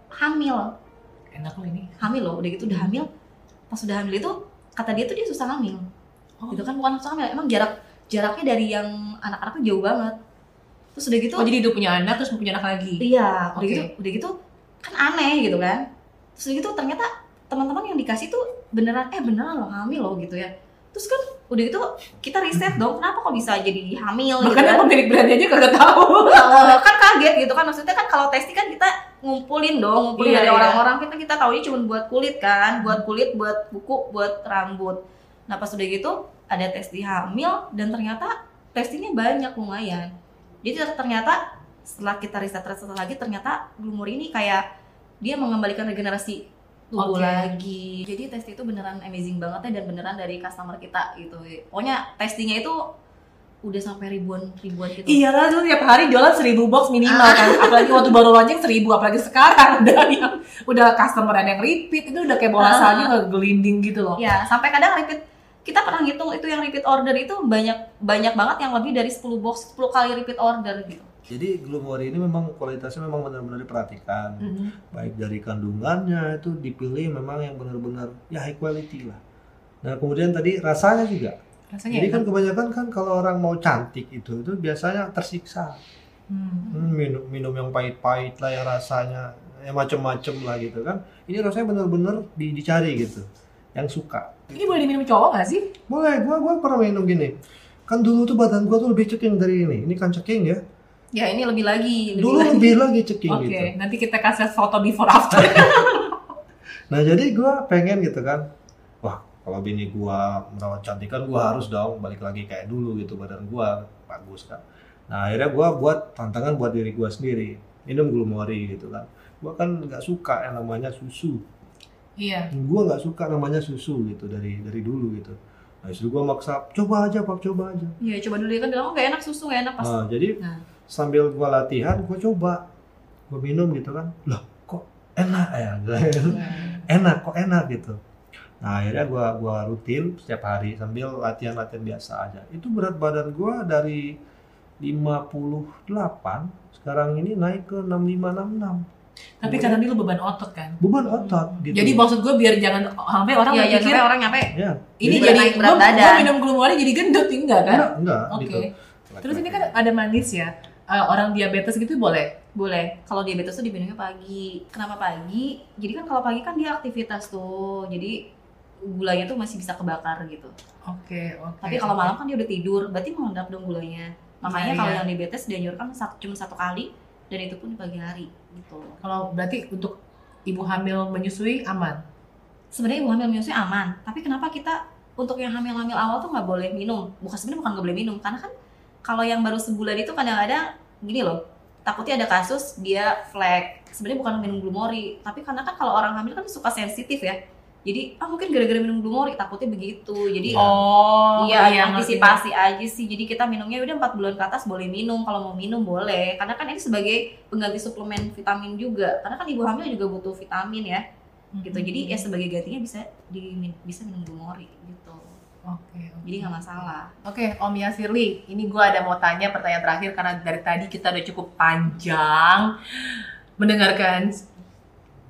hamil Enak loh ini. loh. Udah gitu udah hamil. Pas udah hamil itu kata dia tuh dia susah hamil. Oh. Gitu kan, bukan susah hamil. Emang jaraknya dari yang anak-anaknya jauh banget. Terus udah gitu, Oh, jadi dia punya anak terus mau punya anak lagi. iya. Oke. Udah gitu kan aneh gitu kan. Terus udah gitu ternyata teman-teman yang dikasih tuh beneran loh hamil loh gitu ya. Terus kan udah gitu kita riset dong, kenapa kok bisa jadi hamil gitu Makanya kan. pemilik brandnya aja kagak tahu. Kan kaget gitu kan, maksudnya kan kalau testing kan kita ngumpulin Iya, dari iya. orang-orang, kita taunya cuma buat kulit kan, buat kuku, buat rambut. Nah pas udah gitu ada tes di hamil dan ternyata testingnya banyak lumayan. Jadi ternyata setelah kita riset lagi, ternyata Glumori ini kayak dia mengembalikan regenerasi tubuh Oke. lagi. Jadi tes itu beneran amazing banget ya, dan beneran dari customer kita gitu. Pokoknya testingnya itu udah sampai ribuan gitu. Iya lah, tuh tiap hari jualan 1000 box minimal kan. Apalagi waktu baru launching 1000, apalagi sekarang udah customer ada yang repeat, itu udah kayak bola salju ngegelinding gitu loh. Ya, sampai kadang repeat, kita pernah ngitung itu yang repeat order itu banyak banget yang lebih dari 10 box, 10 kali repeat order gitu. Jadi Glumori ini memang kualitasnya memang benar-benar diperhatikan. Baik dari kandungannya itu dipilih memang yang benar-benar ya high quality lah. Nah kemudian tadi rasanya juga. Rasanya Jadi kan enak. kebanyakan kan kalau orang mau cantik itu biasanya tersiksa. Minum yang pahit-pahit lah, yang rasanya ya macem-macem lah gitu kan. Ini rasanya benar-benar dicari gitu, yang suka. Ini boleh diminum cowok nggak sih? Boleh, gua pernah minum gini. Kan dulu tuh badan gua tuh lebih ceking dari ini. Ini kan ceking ya. Ya ini lebih lagi. Dulu lebih lagi ceking Oke, gitu. nanti kita kasih foto before after. Nah jadi gua pengen gitu kan. Wah kalau bini gua merawat cantik kan gua harus dong balik lagi kayak dulu gitu, badan gua bagus kan. Nah akhirnya gua buat tantangan buat diri gua sendiri, minum Glumori gitu kan. Gua kan nggak suka yang namanya susu. Iya. Gua nggak suka namanya susu gitu dari dulu gitu. Nah istri gua maksa, coba aja Pak, coba aja. Iya, coba dulu, kan bilang nggak enak susu, nggak enak pas. Nah jadi Nah. sambil gua latihan, gua coba, gua minum gitu kan. Loh kok enak ya? Kok enak gitu. Nah akhirnya gua rutin setiap hari sambil latihan biasa aja. Itu berat badan gua dari 58 sekarang ini naik ke 65-66. Tapi karena dia lu beban otot kan. Beban otot gitu. Jadi maksud gue biar jangan sampai orang Iya, berpikir sampai orang nyampe. ya, ini Jadi jadi naik berat gue badan. minum Glumori jadi gendut, enggak kan? enggak Oke. gitu. Terus ini kan ada manis ya. Orang diabetes gitu boleh. Boleh. Kalau diabetes tuh diminumnya pagi. Kenapa pagi? Jadi kan kalau pagi kan dia aktivitas tuh. Jadi gulanya tuh masih bisa kebakar gitu. Oke. Tapi kalau malam kan dia udah tidur, berarti meledak dong gulanya. Makanya Iya, kalau iya. yang diabetes dianjurkan cuma 1 kali, dan itu pun di pagi hari gitu. Kalau berarti untuk ibu hamil menyusui aman. Sebenarnya ibu hamil menyusui aman, tapi kenapa kita untuk yang hamil-hamil awal tuh nggak boleh minum? Sebenarnya bukan nggak boleh minum, karena kan kalau yang baru sebulan itu kadang-kadang gini loh, takutnya ada kasus dia flek. Sebenarnya bukan minum Glumori, tapi karena kan kalau orang hamil kan suka sensitif ya. Jadi mungkin gara-gara minum Glumori takutnya begitu. Jadi Oh, iya, antisipasi aja sih. Jadi kita minumnya udah 4 bulan ke atas boleh minum, kalau mau minum boleh. Karena kan ini sebagai pengganti suplemen vitamin juga. Karena kan ibu hamil juga butuh vitamin ya. Gitu. Jadi ya sebagai gantinya bisa minum Glumori gitu. Oke. Jadi nggak masalah. Oke, Om Yasirli, ini gue ada mau tanya pertanyaan terakhir karena dari tadi kita udah cukup panjang mendengarkan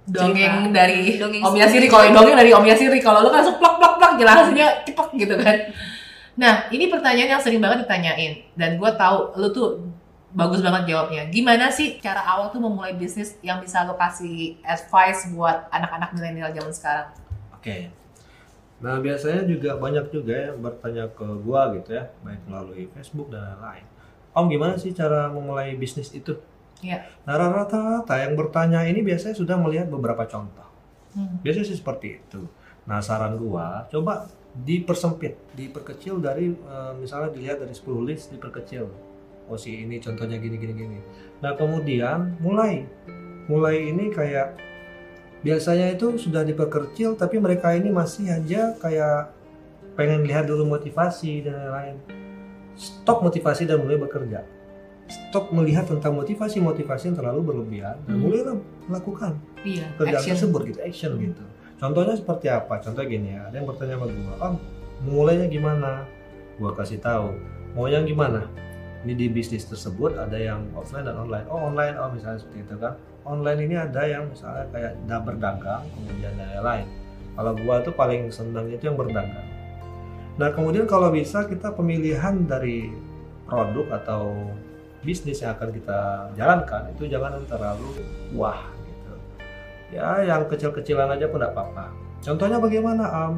dongeng cerita. dari Dongeng Om Yasiri. Kalau dongeng dari Om Yasiri, kalau lu kan langsung plak plak plak jelasinnya cepet gitu kan. Nah, ini pertanyaan yang sering banget ditanyain dan gue tahu lu tuh bagus banget jawabnya. Gimana sih cara awal tuh memulai bisnis yang bisa lo kasih advice buat anak-anak milenial zaman sekarang? Oke. Nah, biasanya juga banyak juga yang bertanya ke gua gitu ya, baik melalui Facebook dan lain-lain. Om, gimana sih cara memulai bisnis itu? Iya. Nah, rata-rata yang bertanya ini biasanya sudah melihat beberapa contoh. Biasanya sih seperti itu. Nah, saran gua, coba dipersempit, diperkecil dari misalnya dilihat dari 10 list, diperkecil. Oh sih, ini contohnya gini. Nah, kemudian mulai ini kayak biasanya itu sudah diperkecil, tapi mereka ini masih aja kayak pengen lihat dulu motivasi dan lain-lain. Stop motivasi dan mulai bekerja. Stop melihat tentang motivasi yang terlalu berlebihan dan mulailah melakukan Iya, kerjaan action. tersebut gitu, action gitu. Contohnya seperti apa? Contohnya gini ya, ada yang bertanya sama gua, Om, mulainya gimana? Gua kasih tahu, mau yang gimana? Ini di bisnis tersebut ada yang offline dan online. Oh, online, oh misalnya seperti itu kan. Online ini ada yang misalnya kayak berdagang, kemudian lain-lain. Kalau gua tuh paling senang itu yang berdagang. Nah, kemudian kalau bisa kita pemilihan dari produk atau bisnis yang akan kita jalankan itu jangan terlalu wah gitu. Ya, yang kecil-kecilan aja pun tidak apa-apa. Contohnya bagaimana,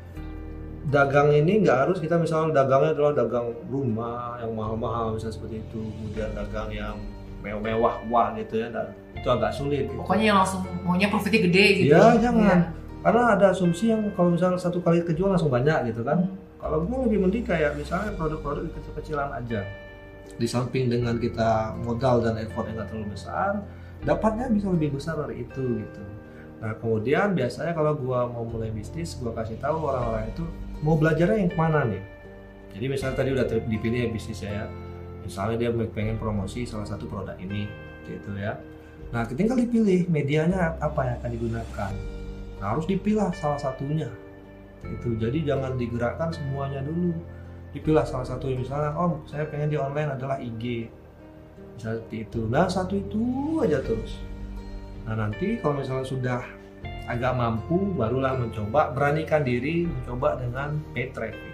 dagang ini nggak harus kita misalnya dagangnya adalah dagang rumah yang mahal-mahal misalnya seperti itu, kemudian dagang yang mewah wah gitu ya, dan itu agak sulit gitu. Pokoknya yang langsung maunya profitnya gede gitu. Ya jangan, karena ada asumsi yang kalau misalnya satu kali kejual langsung banyak gitu kan. Kalau gue lebih mending kayak misalnya produk-produk kecil-kecilan aja, di samping dengan kita modal dan effort yang nggak terlalu besar, dapatnya bisa lebih besar dari itu gitu. Nah, kemudian biasanya kalau gua mau mulai bisnis, gua kasih tahu orang-orang itu mau belajarnya yang kemana nih. Jadi misalnya tadi udah dipilih ya bisnisnya ya, misalnya dia pengen promosi salah satu produk ini gitu ya. Nah, tinggal dipilih medianya apa yang akan digunakan. Nah, harus dipilah salah satunya gitu. Jadi jangan digerakkan semuanya dulu, dipilah salah satu. Misalnya, Om, saya pengen di online adalah IG, misalnya seperti itu. Nah, satu itu aja terus. Nah, nanti kalau misalnya sudah agak mampu, barulah mencoba, beranikan diri mencoba dengan paid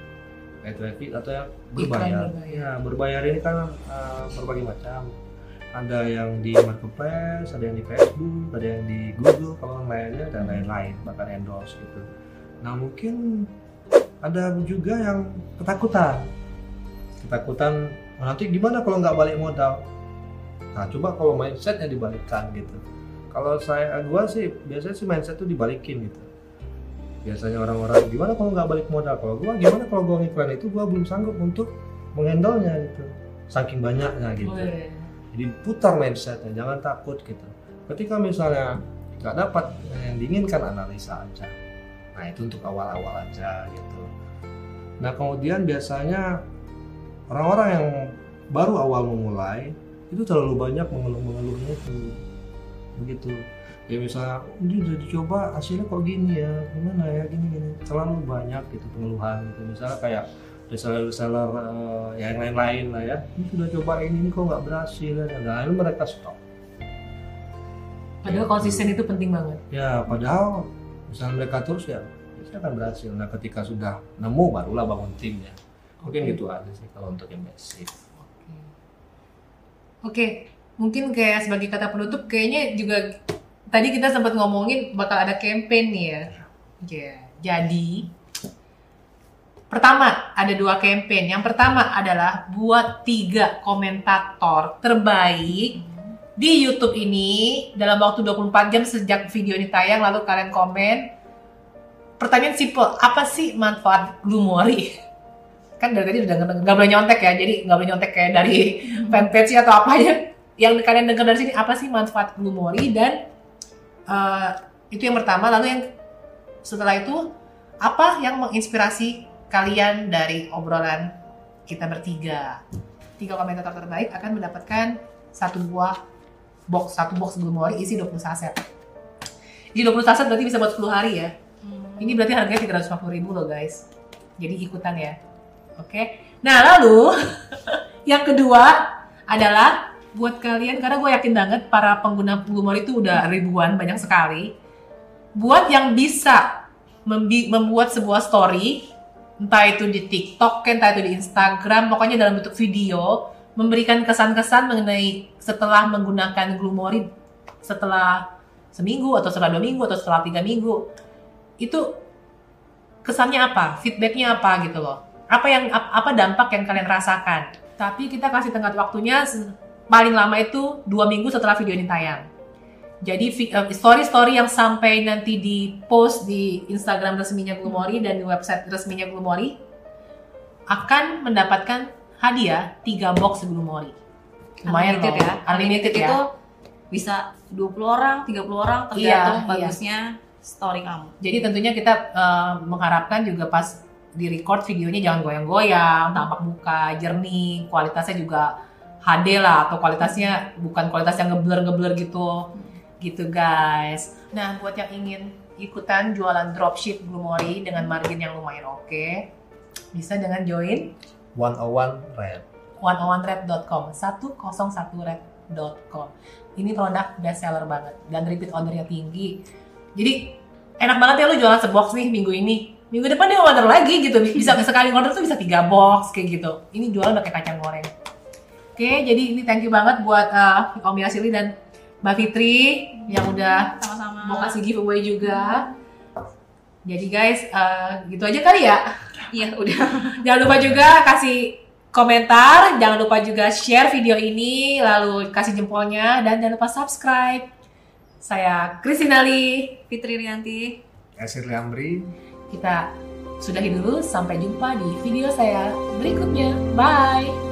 traffic atau yang berbayar. Ya, berbayar ini kan berbagai macam. Ada yang di marketplace, ada yang di Facebook, ada yang di Google kalau yang lainnya, dan lain-lain, bahkan endorse gitu. Nah, mungkin ada juga yang ketakutan, nanti gimana kalau nggak balik modal. Nah, coba kalau mindsetnya dibalikkan gitu. Kalau gua sih biasanya sih mindset tuh dibalikin gitu. Biasanya orang-orang gimana kalau nggak balik modal. Kalau gua gimana kalau gua ngiklan itu gua belum sanggup untuk mengendalnya gitu. Saking banyaknya gitu. Jadi putar mindsetnya, jangan takut gitu. Ketika misalnya nggak dapat yang diinginkan, analisa aja. Nah, itu untuk awal-awal aja gitu. Nah, kemudian biasanya orang-orang yang baru awal memulai itu terlalu banyak mengeluh-mengeluhnya tuh. Begitu ya, misalnya ini udah dicoba hasilnya kok gini ya, gimana ya, gini terlalu banyak gitu pengeluhan gitu. Misalnya kayak reseller yang lain-lain lah ya, ini sudah coba ini kok nggak berhasil ya, dan mereka stop. Padahal konsisten itu penting banget ya, padahal misalnya mereka terus ya bisa akan berhasil. Nah, ketika sudah nemu barulah bangun timnya. Mungkin gitu aja sih kalau untuk yang basic. Oke. Mungkin kayak sebagai kata penutup, kayaknya juga tadi kita sempat ngomongin bakal ada campaign nih ya. Jadi, pertama ada 2 campaign. Yang pertama adalah buat 3 komentator terbaik di YouTube ini dalam waktu 24 jam sejak video ini tayang. Lalu kalian komen. Pertanyaan simple, apa sih manfaat Glumori? Kan dari tadi udah nggak boleh nyontek ya, jadi nggak boleh nyontek kayak dari fanpage atau apa aja. Yang kalian dengar dari sini, apa sih manfaat Glumori, dan itu yang pertama. Lalu yang setelah itu, apa yang menginspirasi kalian dari obrolan kita bertiga? 3 komentator terbaik akan mendapatkan satu box Glumori isi 20 saset. Jadi 20 saset berarti bisa buat 10 hari ya. Ini berarti harganya 350.000 loh guys. Jadi ikutan ya. Oke. Nah, lalu yang kedua adalah buat kalian, karena gue yakin banget para pengguna Glumori itu udah ribuan, banyak sekali. buat yang bisa membuat sebuah story, entah itu di TikTok, entah itu di Instagram, pokoknya dalam bentuk video, memberikan kesan-kesan mengenai setelah menggunakan Glumori, setelah seminggu atau setelah 2 minggu atau setelah 3 minggu, itu kesannya apa, feedbacknya apa gitu loh, apa dampak yang kalian rasakan. Tapi kita kasih tenggat waktunya paling lama itu 2 minggu setelah video ini tayang. Jadi story-story yang sampai nanti di post di Instagram resminya Glumori dan di website resminya Glumori akan mendapatkan hadiah 3 box Glumori. Lumayan Unlimited loh. ya. Unlimited ya. Itu bisa 20 orang, 30 orang tergantung bagusnya story kamu. Jadi tentunya kita mengharapkan juga pas di record videonya jangan goyang-goyang, tampak muka, jernih, kualitasnya juga HD lah atau kualitasnya bukan kualitas yang ngeblur gitu. Gitu guys. Nah, buat yang ingin ikutan jualan dropship Glumori dengan margin yang lumayan oke, bisa dengan join 101 Red. 101red.com 101red.com. Ini produk best seller banget dan repeat ordernya tinggi. Jadi enak banget ya lu jualan sebox nih minggu ini. Minggu depan dia order lagi gitu. Bisa sekali order tuh bisa 3 box kayak gitu. Ini jualan udah kayak kacang goreng. Oke, jadi ini thank you banget buat Om Yasili dan Mbak Fitri yang udah Sama-sama mau kasih giveaway juga. Jadi guys, gitu aja kali ya. Iya, udah. Jangan lupa juga kasih komentar, jangan lupa juga share video ini, lalu kasih jempolnya, dan jangan lupa subscribe. Saya Christina Lee, Fitri Rianti. Esir Liamri. kita sudahi dulu, sampai jumpa di video saya berikutnya. Bye!